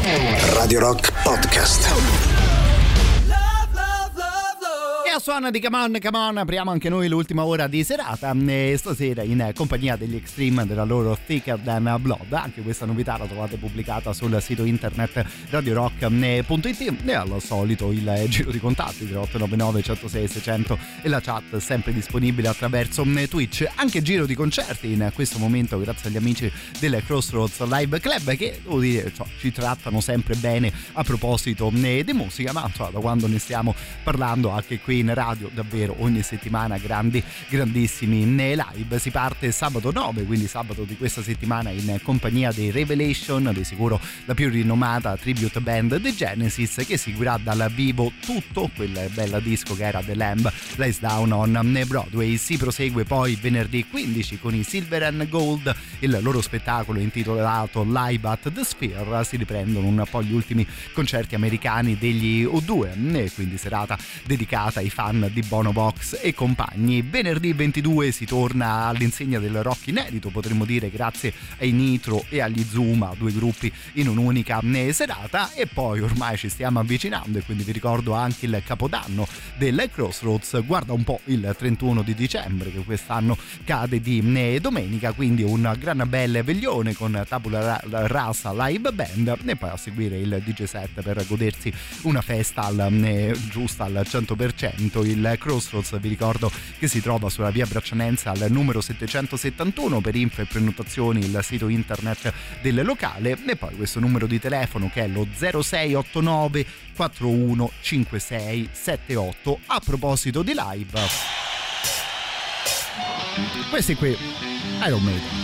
Radio Rock Podcast. A suona di Come On, Come On apriamo anche noi l'ultima ora di serata e stasera in compagnia degli Extreme della loro Thicker Than Blood. Anche questa novità la trovate pubblicata sul sito internet radio rock punto it e al solito il giro di contatti tre otto nove nove, uno zero sei, sei zero zero e la chat sempre disponibile attraverso Twitch. Anche giro di concerti in questo momento grazie agli amici del Crossroads Live Club che devo dire cioè, ci trattano sempre bene a proposito di musica, ma cioè, da quando ne stiamo parlando anche qui in radio davvero ogni settimana grandi grandissimi live. Si parte sabato nove, quindi sabato di questa settimana in compagnia dei Revelation, di sicuro la più rinomata tribute band The Genesis, che seguirà dal vivo tutto quel bel disco che era The Lamb Lies Down on Broadway. Si prosegue poi venerdì quindici con i Silver and Gold, il loro spettacolo intitolato Live at the Sphere. Si riprendono un po' gli ultimi concerti americani degli U due e quindi serata dedicata ai fan di Bono Vox e compagni. Venerdì ventidue si torna all'insegna del rock inedito, potremmo dire, grazie ai Nitro e agli Zuma, due gruppi in un'unica serata. E poi ormai ci stiamo avvicinando e quindi vi ricordo anche il capodanno del Crossroads, guarda un po' il trentuno di dicembre, che quest'anno cade di domenica, quindi un gran bel veglione con Tabula Rasa Live Band e poi a seguire il D J set per godersi una festa al, giusta al cento per cento. Il Crossroads vi ricordo che si trova sulla via Braccianense al numero settecentosettantuno. Per info e prenotazioni il sito internet del locale e poi questo numero di telefono che è lo zero sei otto nove quattro uno cinque sei sette otto. A proposito di live, questi qui Iron Maiden.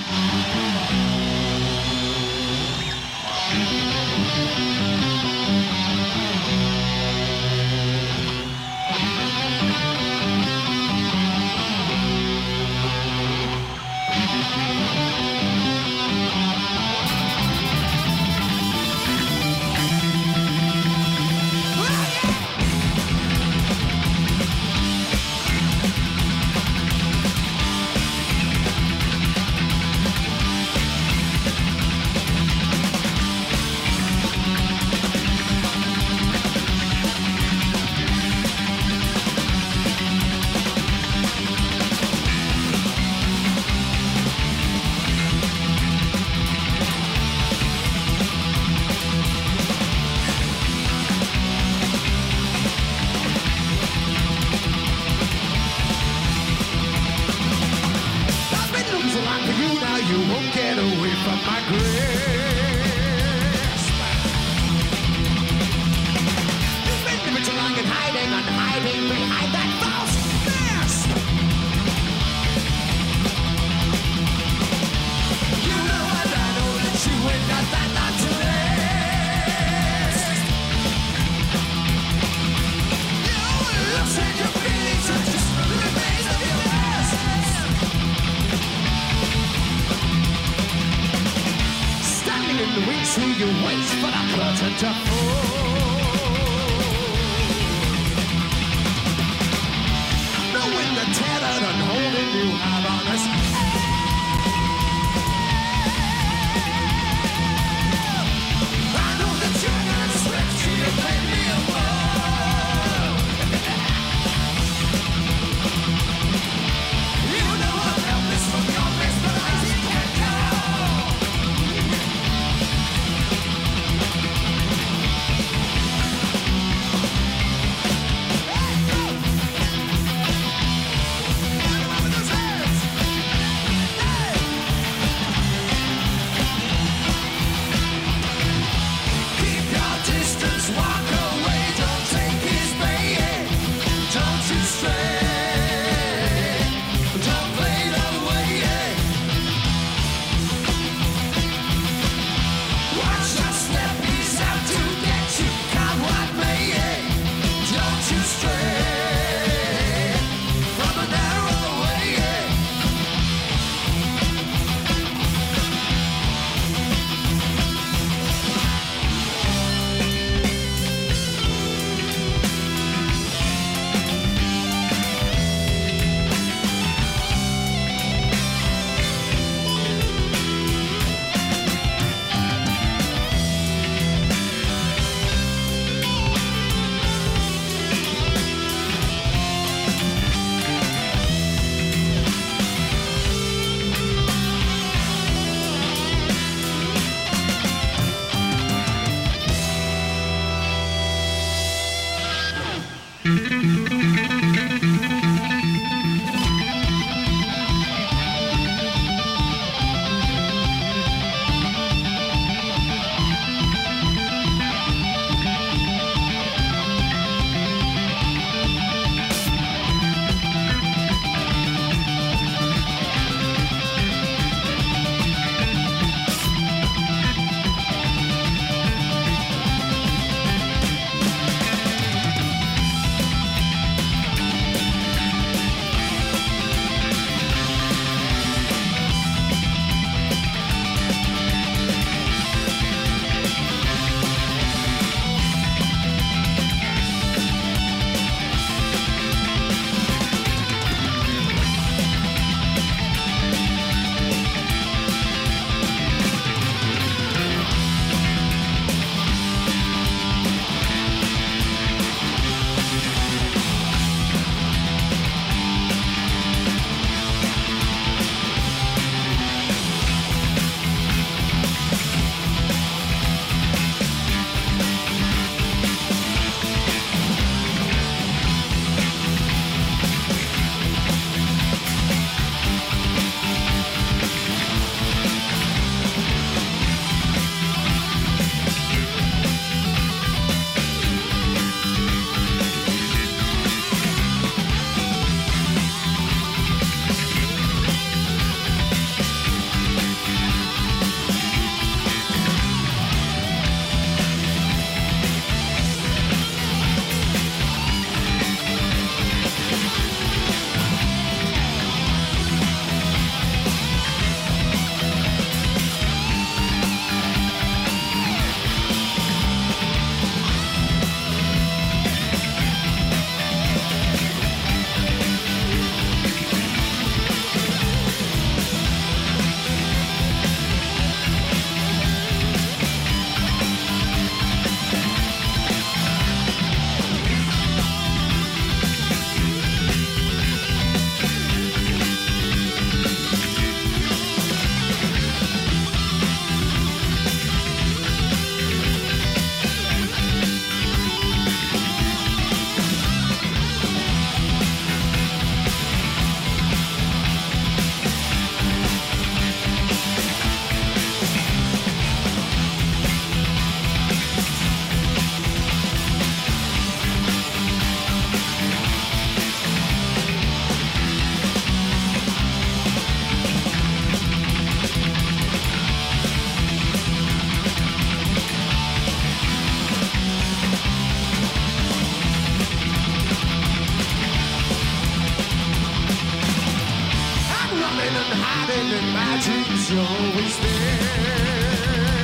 magic's always there.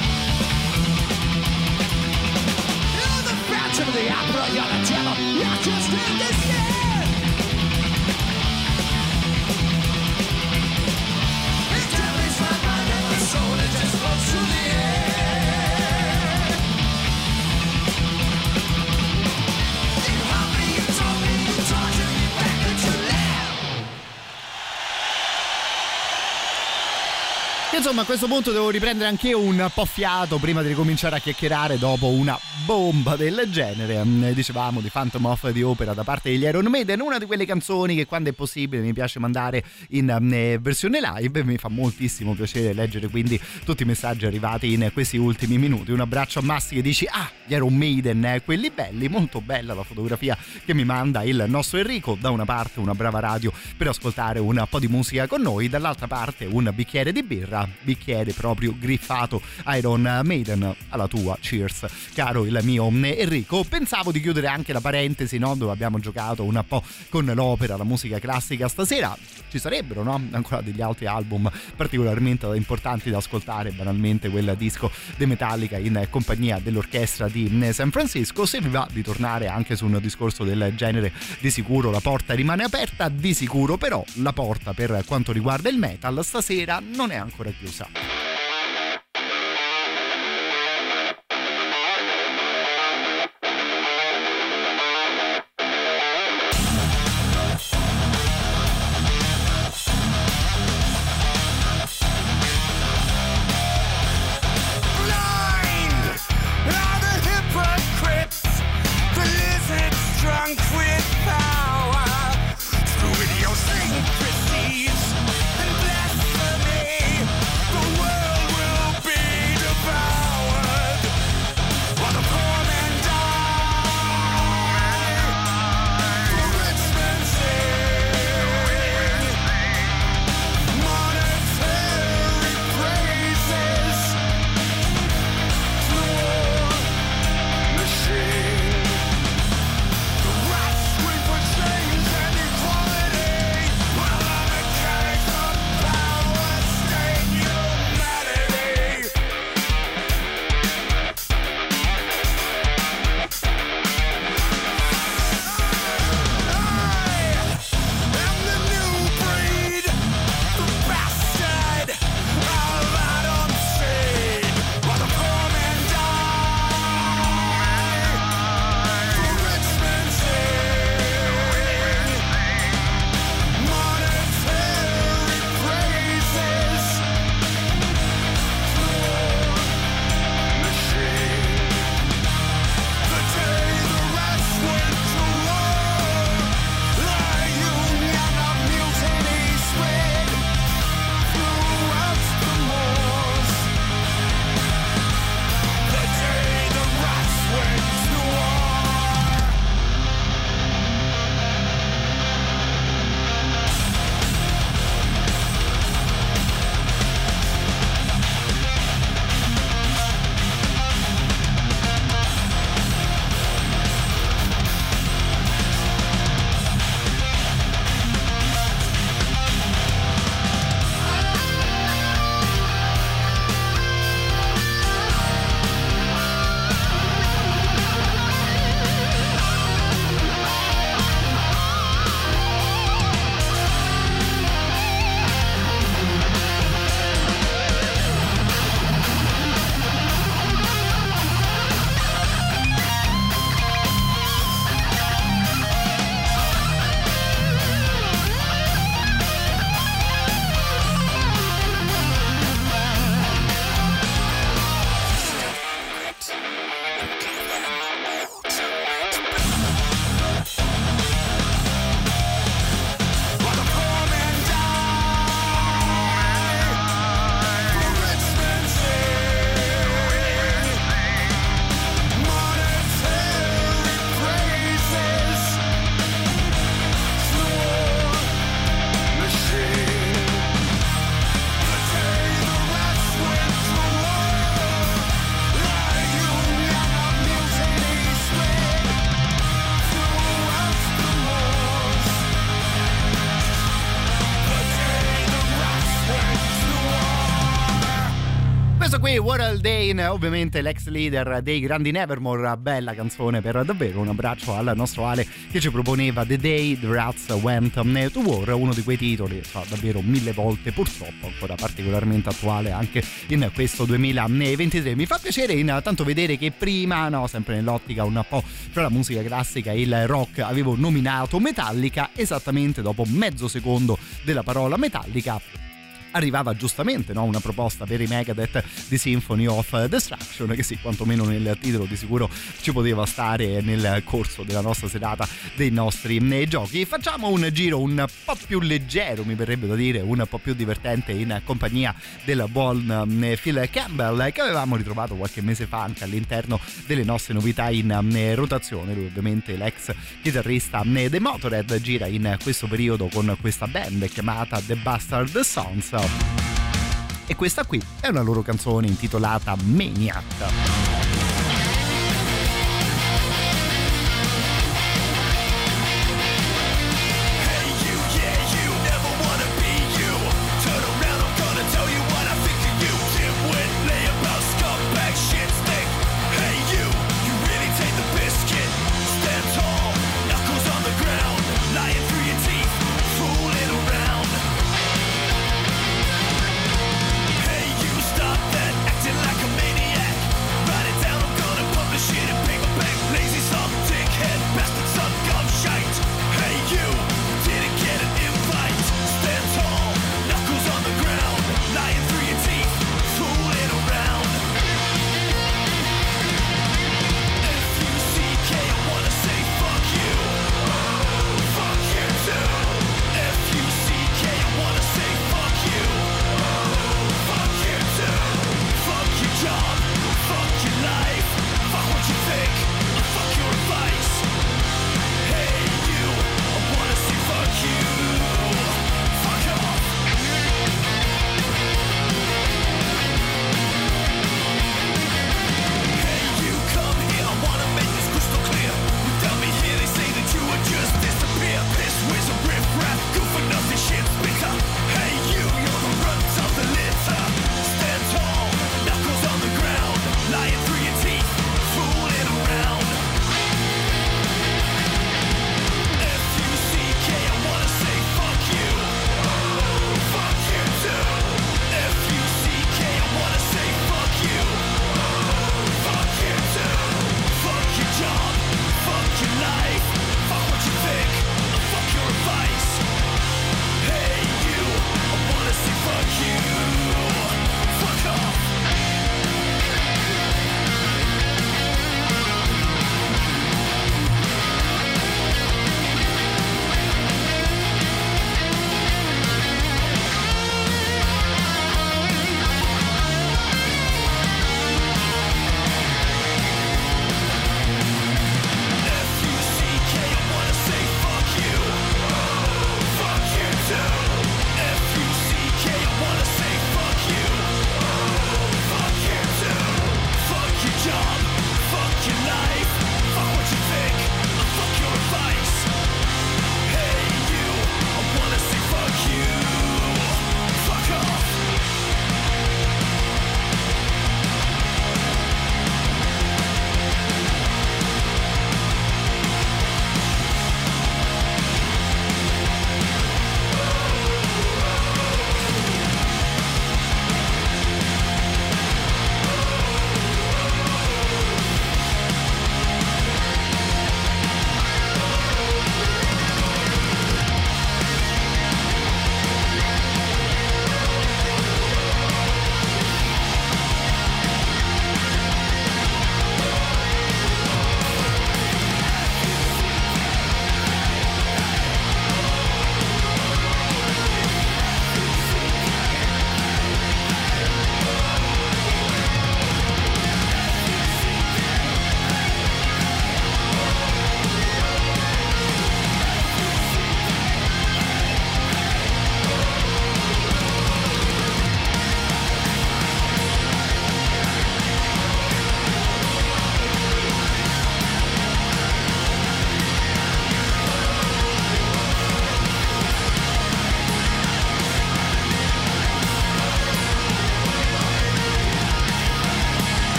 You're the phantom of the opera, you're the devil, you're just in this year. The devil is my mind and my soul, it just floats through the air. You haunt me, you told me, you torture me back at your lair. Insomma, a questo punto devo riprendere anche io un po' fiato prima di ricominciare a chiacchierare dopo una bomba del genere. Dicevamo di Phantom of the Opera da parte degli Iron Maiden, una di quelle canzoni che quando è possibile mi piace mandare in eh, versione live. Mi fa moltissimo piacere leggere quindi tutti i messaggi arrivati in questi ultimi minuti. Un abbraccio a Massi che dici ah, gli Iron Maiden, eh, quelli belli. Molto bella la fotografia che mi manda il nostro Enrico. Da una parte una brava radio per ascoltare un po' di musica con noi, dall'altra parte un bicchiere di birra, bicchiere proprio griffato Iron Maiden. Alla tua, cheers caro il mio Enrico. Pensavo di chiudere anche la parentesi, no, dove abbiamo giocato un po' con l'opera, la musica classica. Stasera ci sarebbero, no, ancora degli altri album particolarmente importanti da ascoltare, banalmente quel disco dei Metallica in compagnia dell'orchestra di San Francisco. Se vi va di tornare anche su un discorso del genere, di sicuro la porta rimane aperta, di sicuro però la porta per quanto riguarda il metal stasera non è ancora chiusa. Through idiosyncrasies and blasphemy, the world Questa qui, Warhol Dane, ovviamente l'ex leader dei grandi Nevermore, bella canzone per davvero. Un abbraccio al nostro Ale che ci proponeva The Day the Rats Went to War, uno di quei titoli fa davvero mille volte, purtroppo ancora particolarmente attuale anche in questo duemilaventitré. Mi fa piacere intanto vedere che prima, no, sempre nell'ottica un po' fra la musica classica e il rock, avevo nominato Metallica. Esattamente dopo mezzo secondo della parola Metallica arrivava giustamente, no, una proposta per i Megadeth di Symphony of Destruction, che sì, quantomeno nel titolo di sicuro ci poteva stare nel corso della nostra serata dei nostri nei giochi. Facciamo un giro un po' più leggero, mi verrebbe da dire, un po' più divertente, in compagnia del buon Phil Campbell, che avevamo ritrovato qualche mese fa anche all'interno delle nostre novità in rotazione. Lui ovviamente l'ex chitarrista dei Motorhead, gira in questo periodo con questa band chiamata The Bastard Sons, e questa qui è una loro canzone intitolata Maniac. Stop that acting like a maniac. Right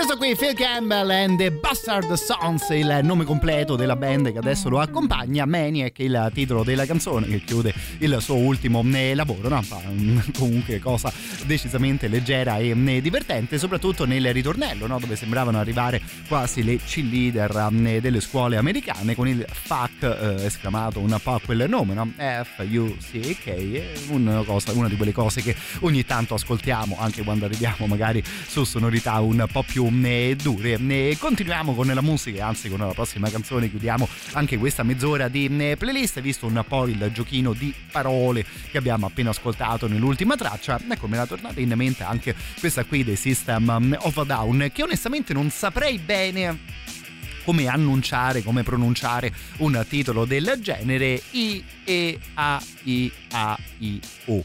Questo qui Phil Campbell and the Bastard Sons, il nome completo della band che adesso lo accompagna. Maniac, il titolo della canzone che chiude il suo ultimo lavoro, no? Comunque cosa decisamente leggera e divertente, soprattutto nel ritornello, no? Dove sembravano arrivare quasi le cheerleader delle scuole americane con il fuck eh, esclamato un po' a quel nome, no? F U C K, una, cosa, una di quelle cose che ogni tanto ascoltiamo anche quando arriviamo magari su sonorità un po' più eh, dure. E continuiamo con la musica, anzi con la prossima canzone chiudiamo anche questa mezz'ora di eh, playlist, visto un po' il giochino di parole che abbiamo appena ascoltato nell'ultima traccia. Ecco, me la tornata in mente anche questa qui dei System of a Down, che onestamente non saprei bene come annunciare, come pronunciare un titolo del genere. I E A I A I O.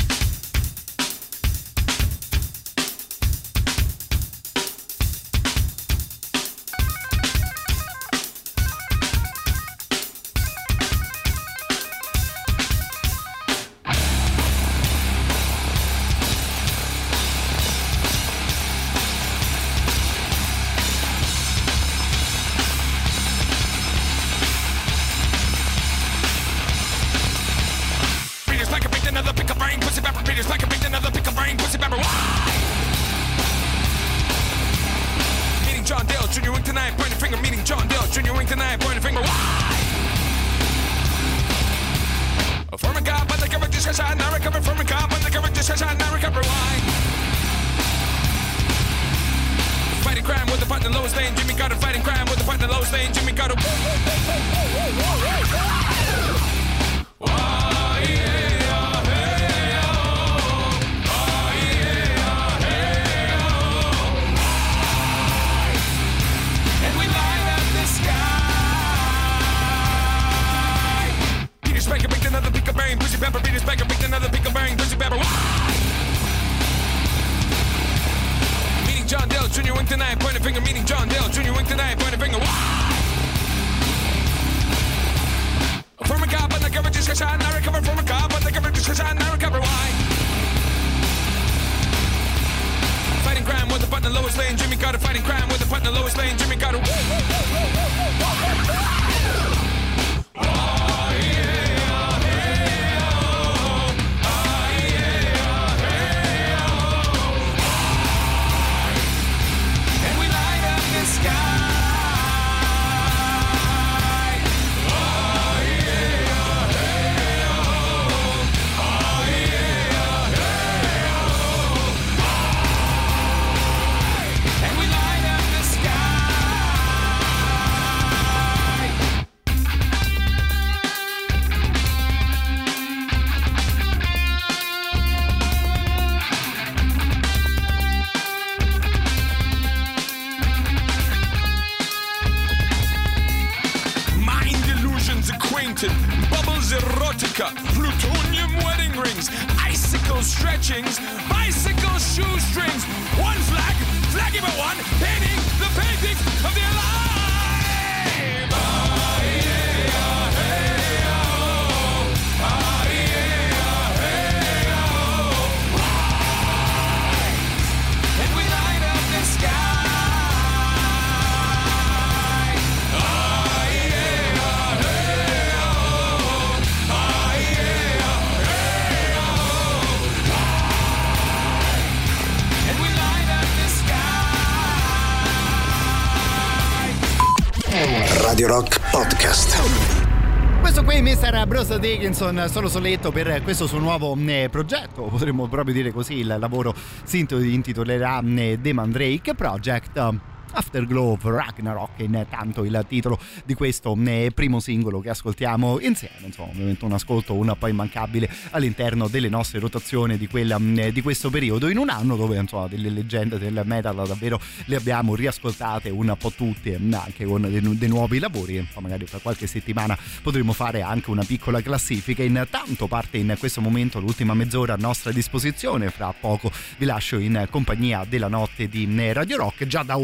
Radio Rock Podcast. Questo qui mister Bruce Dickinson, solo soletto per questo suo nuovo eh, progetto, potremmo proprio dire così. Il lavoro si intitolerà eh, The Mandrake Project. Afterglow Ragnarok, intanto il titolo di questo eh, primo singolo che ascoltiamo insieme. Insomma, ovviamente un ascolto un po' immancabile all'interno delle nostre rotazioni di, quella, eh, di questo periodo, in un anno dove insomma delle leggende del metal davvero le abbiamo riascoltate un po' tutte, anche con dei, dei nuovi lavori. Poi magari fra qualche settimana potremo fare anche una piccola classifica. Intanto parte in questo momento l'ultima mezz'ora a nostra disposizione. Fra poco vi lascio in compagnia della notte di Radio Rock. Già da ora non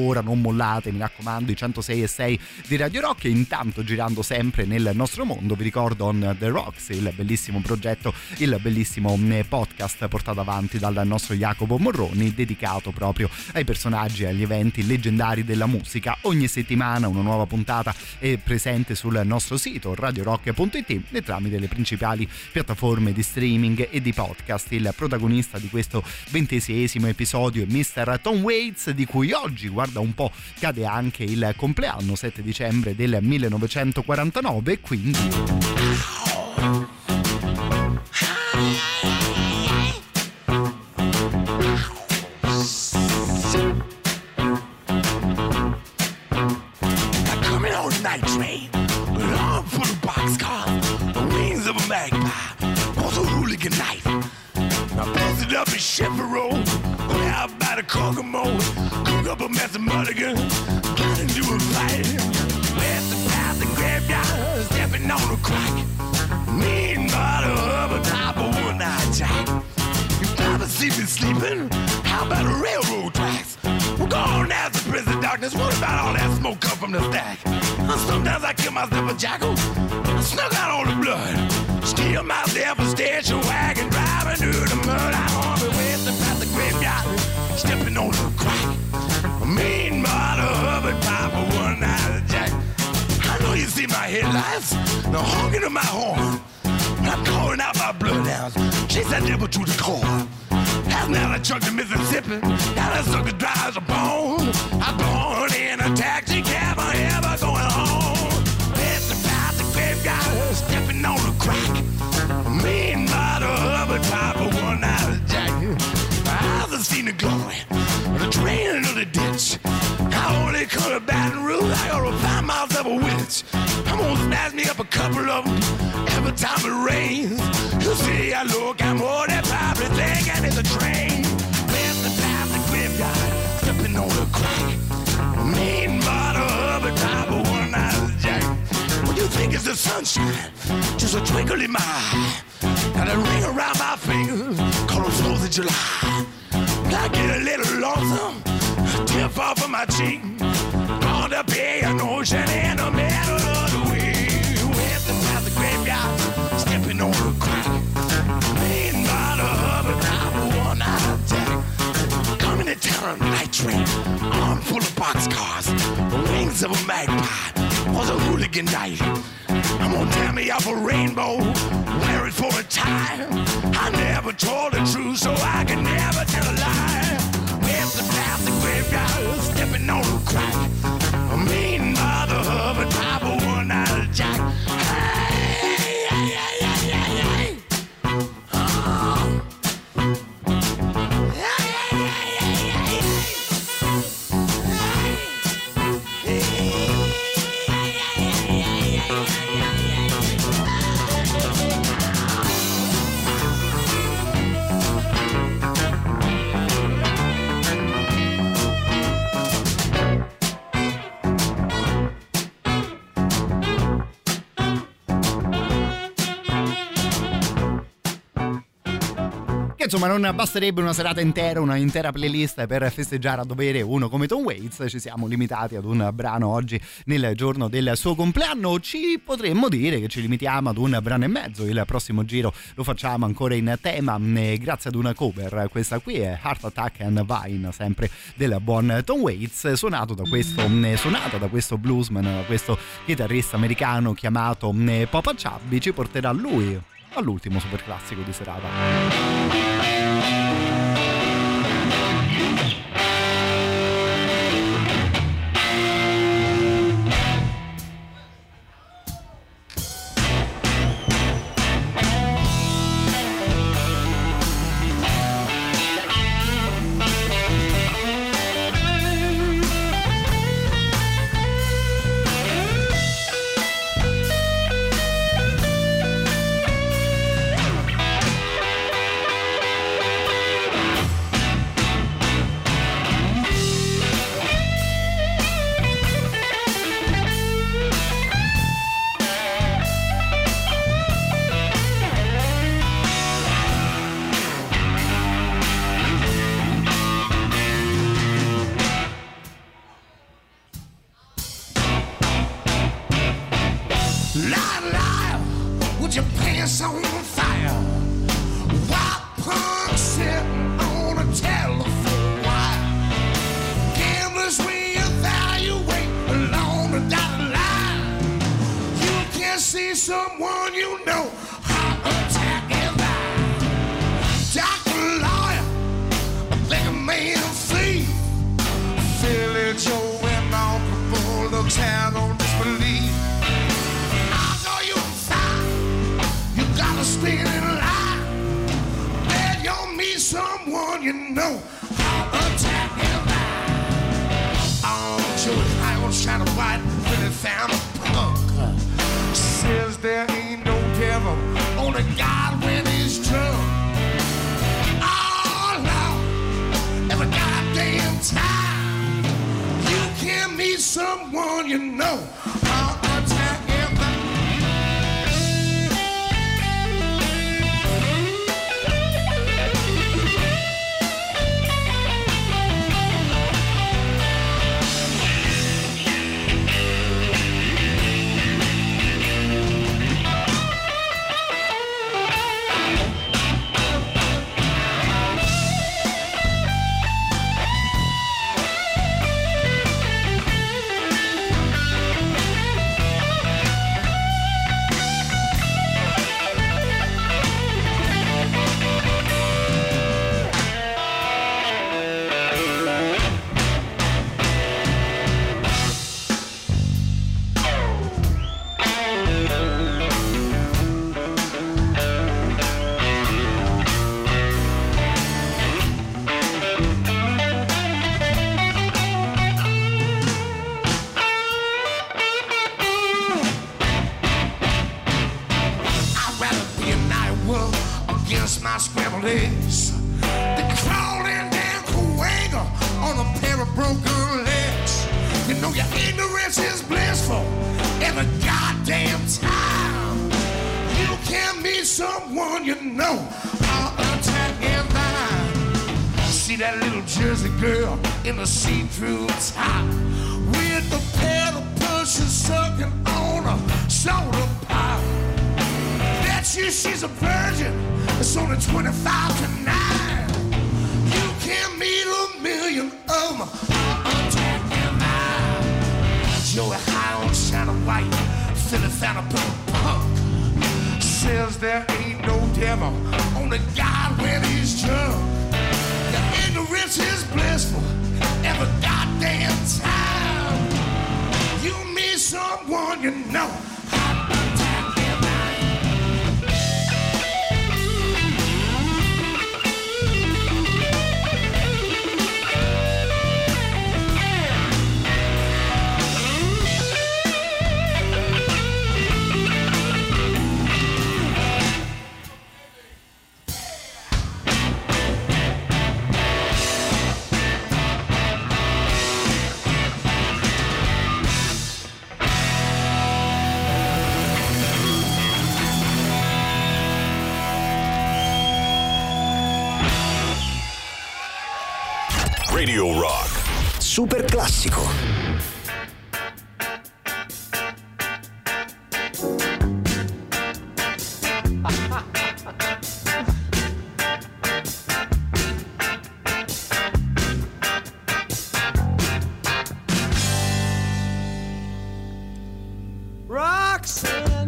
mollate, mi raccomando, i centosei e sei di Radio Rock. E intanto, girando sempre nel nostro mondo, vi ricordo On The Rocks, il bellissimo progetto, il bellissimo podcast portato avanti dal nostro Jacopo Morroni, dedicato proprio ai personaggi e agli eventi leggendari della musica. Ogni settimana una nuova puntata è presente sul nostro sito radio rock punto it e tramite le principali piattaforme di streaming e di podcast. Il protagonista di questo ventiseiesimo episodio è mister Tom Waits, di cui oggi, guarda un po', cade anche il compleanno, sette dicembre del millenovecentoquarantanove, quindi coming on night train, an arm full of boxcars, the wings of a magpie, was a hooligan knife. I busted up his Chevrolet, went out by the Kokomo, cook up a mess of mulligan, got into a fight. West the path, the graveyard, stepping on a crack. Mean bottle of a top of one-eyed jack. You probably see me sleeping, how about the railroad tracks? Well, go on out to prison darkness, what about all that smoke come from the stack? Sometimes I kill myself a jackal, I snuck out all the blood. Steal myself a station wagon, driving through the mud. I'm on my way to past the graveyard, stepping on the crack. A mean bottle of a top of one-eyed jack. I know you see my headlights, the honking of my horn. I'm calling out my bloodhounds, chase that devil to the core. Last night I chucked to Mississippi, now that sucker dry as a bone. I'm going in a taxi cab, I'm ever going home. It's about the graveyard, stepping on the crack. A mean bottle of a top of one-eyed jack. My eyes have seen the glory, the train into the ditch. I only come to Baton Rouge, I gotta find myself a witch. I'm gonna smash me up a couple of them every time it rains. You see, I look, I'm more than probably thinking it's a train. Where's the path, the graveyard, stepping on the crack. A mean bottle of a top of one-eyed jack. What do you think is the sunshine? Just a twinkle in my eye. And a ring around my fingers, called the fourth of July. I get a little lonesome, a tear fall from my cheek. Gonna be an ocean in the middle of the week. Where's the path, the graveyard, stepping on the crack. Mean bottle of a top of one-eyed jack. Coming to town on a night train, arm full of boxcars, the wings of a magpie, was a hooligan night. I'm gonna tear me off a rainbow, wear it for a tie. I never told the truth, so I can never tell a lie. Where's the path, the graveyard, stepping on the crack. A mean mother of a top of one-eyed jack. Hey, hey, hey, hey, hey, hey. Oh. Hey, hey, hey, hey, hey, hey. Insomma, non basterebbe una serata intera, una intera playlist per festeggiare a dovere uno come Tom Waits. Ci siamo limitati ad un brano oggi nel giorno del suo compleanno. Ci potremmo dire che ci limitiamo ad un brano e mezzo. Il prossimo giro lo facciamo ancora in tema eh, grazie ad una cover. Questa qui è Heart Attack and Vine, sempre del buon Tom Waits, suonato da questo, eh, suonata da questo bluesman, da questo chitarrista americano chiamato eh, Papa Chubby. Ci porterà lui all'ultimo super classico di serata. Liar, liar, with your pants on fire. White punk sitting on a telephone wire. Gamblers reevaluate along the dotted line. You can see someone you know, heart attack and die. Doctor, lawyer, make a man flee. Philly Joe and Uncle Bull looks out on disbelief. I'll go you fire, you gotta stay in line. Then you'll meet someone you know, heart attack and die. Oh, Joey High on Shadow White really found a punk. Says there ain't no devil, only God when he's drunk. Oh, Lord, every goddamn time you can meet someone you know, heart attack and die. My scrambled eggs, they're crawling down Cahuenga on a pair of broken legs. You know your ignorance is blissful every goddamn time you can meet someone you know, heart attack and die. See that little Jersey girl in the see-through top with the pedal pushing, sucking on a soda pop. Bet you she's a virgin. It's only twenty-five to nine. You can meet a million of them, attack and nine. Joey High on Shadow White, Philly found a purple punk. Says there ain't no devil, only God when he's drunk. Your ignorance is blissful every goddamn time you meet someone you know. Radio Rock. Super classico. Roxanne,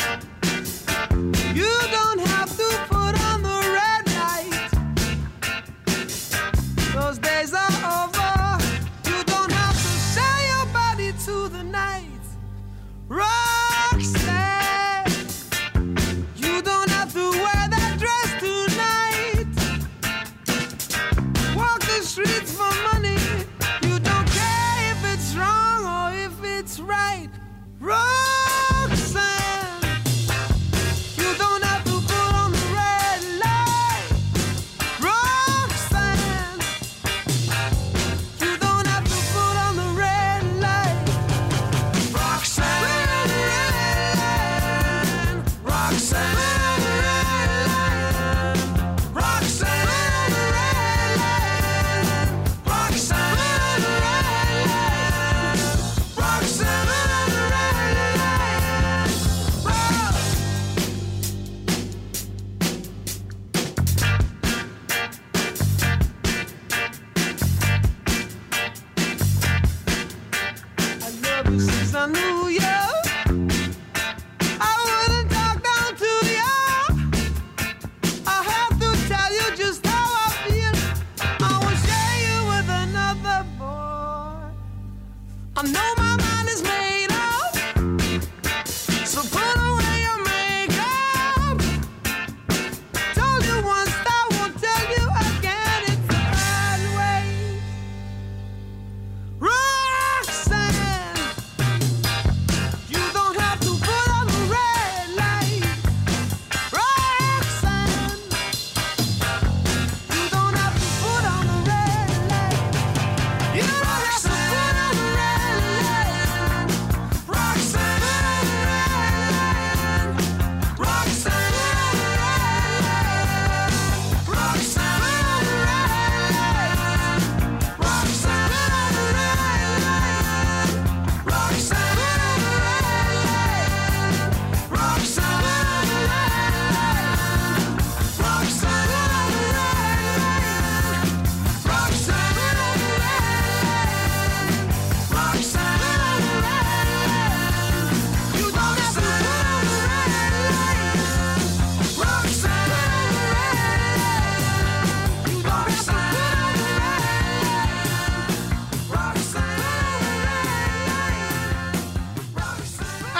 you don't have to put on the red light. Those days are over. You don't have to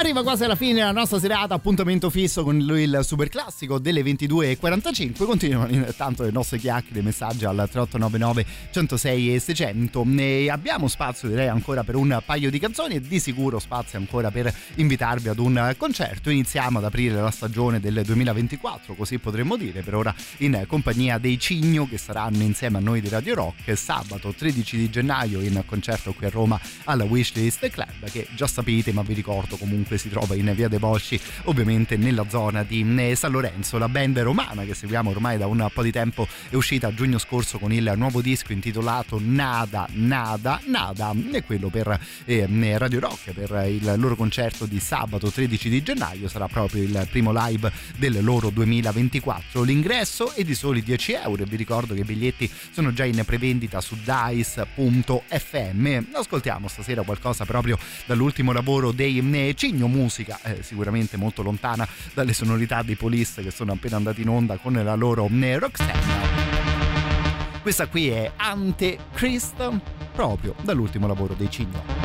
Arriva quasi alla fine la nostra serata, appuntamento fisso con il super classico delle ventidue e quarantacinque. Continuano intanto le nostre chiacchiere, messaggi al tre otto nove nove centosei e seicento. Ne abbiamo spazio, direi, ancora per un paio di canzoni e di sicuro spazio ancora per invitarvi ad un concerto. Iniziamo ad aprire la stagione del duemilaventiquattro, così potremmo dire, per ora in compagnia dei Cigno, che saranno insieme a noi di Radio Rock sabato tredici di gennaio in concerto qui a Roma alla Wishlist Club, che già sapete, ma vi ricordo comunque si trova in via dei Bosci, ovviamente nella zona di San Lorenzo. La band romana che seguiamo ormai da un po' di tempo è uscita a giugno scorso con il nuovo disco intitolato Nada Nada Nada, e quello per eh, Radio Rock, per il loro concerto di sabato tredici di gennaio sarà proprio il primo live del loro duemilaventiquattro. L'ingresso è di soli dieci euro e vi ricordo che i biglietti sono già in prevendita su dice punto effe emme. Ascoltiamo stasera qualcosa proprio dall'ultimo lavoro dei Cigno, musica eh, sicuramente molto lontana dalle sonorità dei Police che sono appena andati in onda con la loro Roxanne. Questa qui è Ante Christ, proprio dall'ultimo lavoro dei Cigno.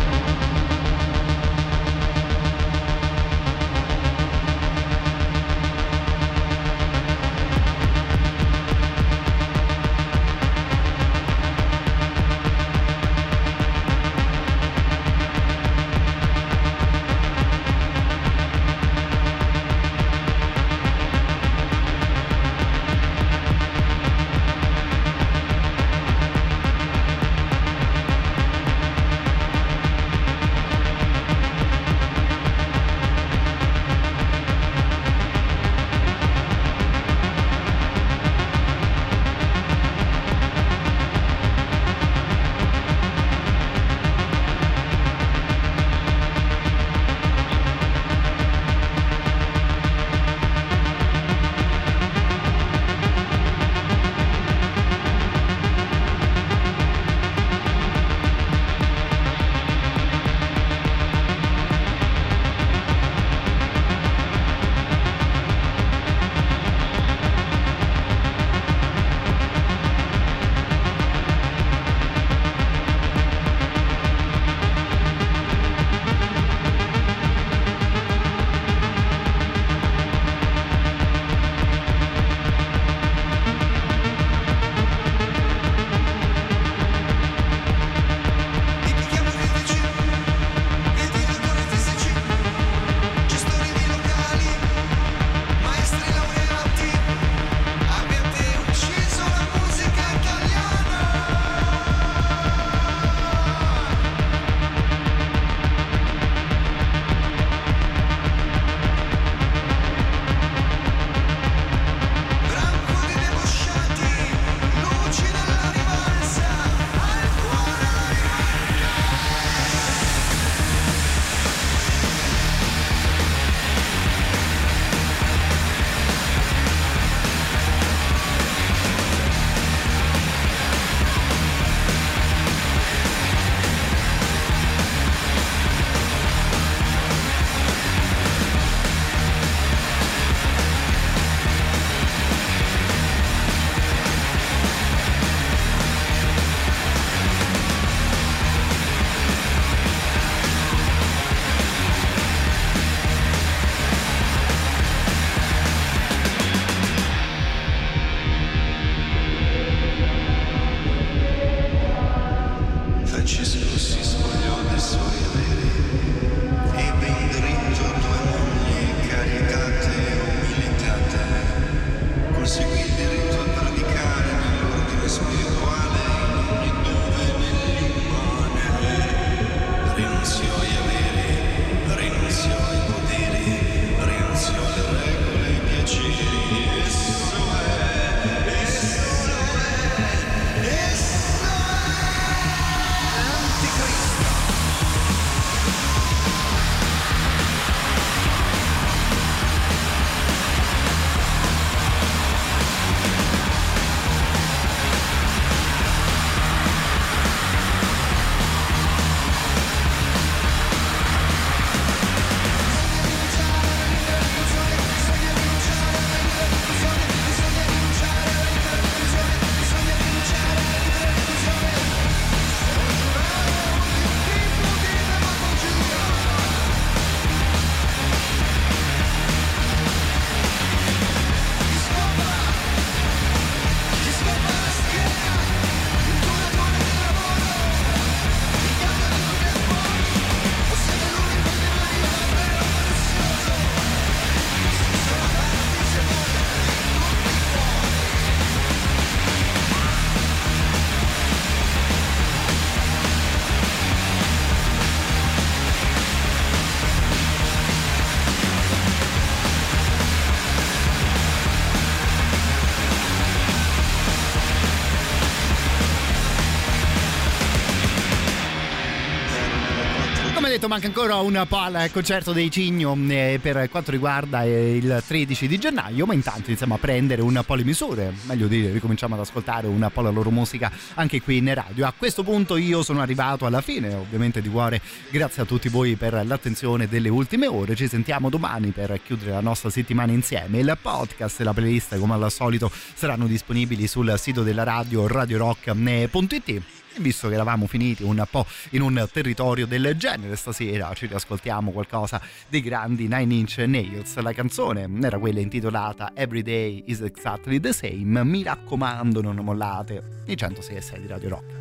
detto, manca ancora un po' al concerto dei Cigno eh, per quanto riguarda eh, il tredici di gennaio, ma intanto iniziamo a prendere un po' le misure, meglio dire, ricominciamo ad ascoltare un po' la loro musica anche qui in radio. A questo punto io sono arrivato alla fine, ovviamente di cuore grazie a tutti voi per l'attenzione delle ultime ore. Ci sentiamo domani per chiudere la nostra settimana insieme. Il podcast e la playlist come al solito saranno disponibili sul sito della radio radio rock punto it. E visto che eravamo finiti un po' in un territorio del genere, stasera ci riascoltiamo qualcosa dei grandi Nine Inch Nails. La canzone era quella intitolata Every Day is Exactly the Same. Mi raccomando, non mollate i centosei e sei di Radio Rock.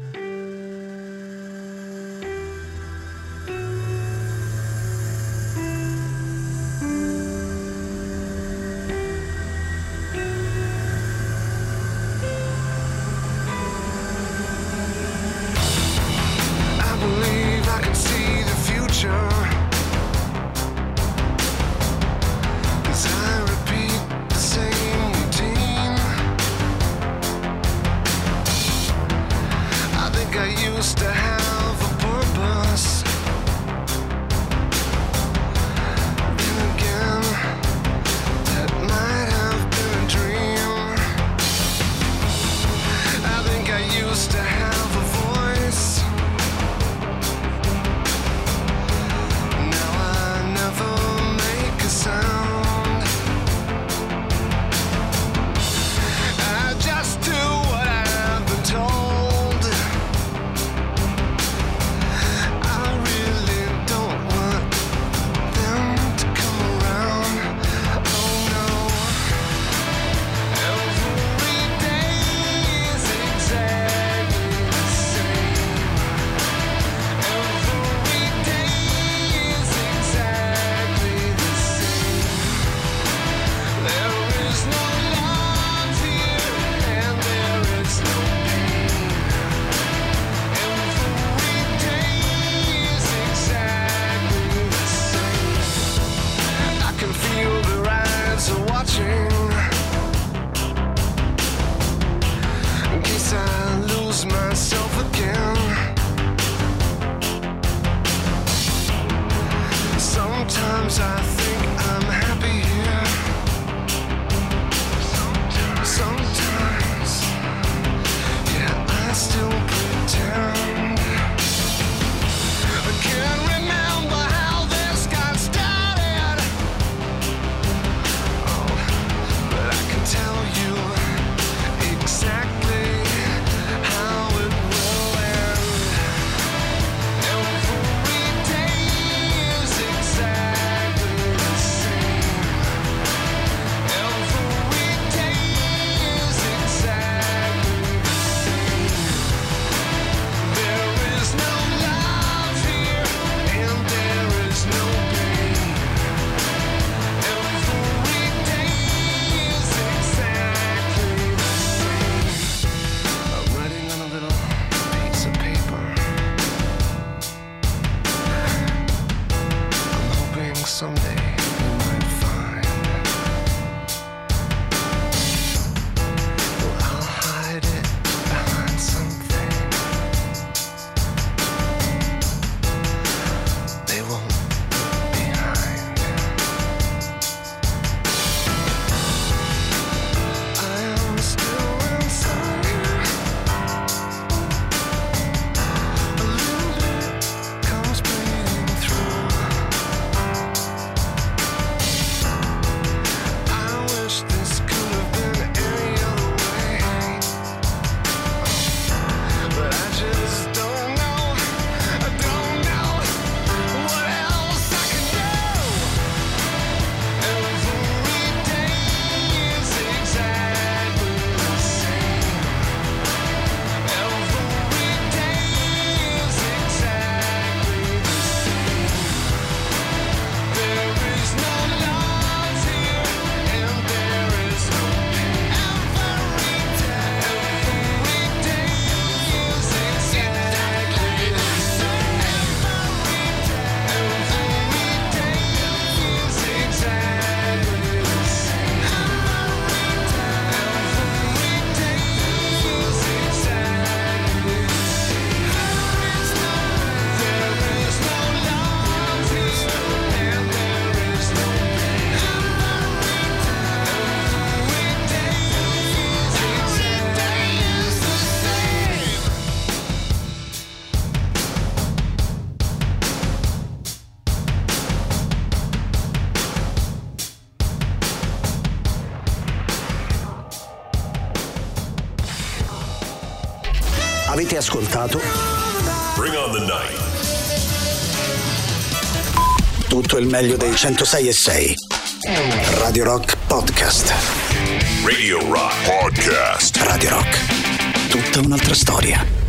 I Avete ascoltato Bring on the night. tutto il meglio dei centosei e sei. Radio Rock Podcast. Radio Rock Podcast. Radio Rock. Tutta un'altra storia.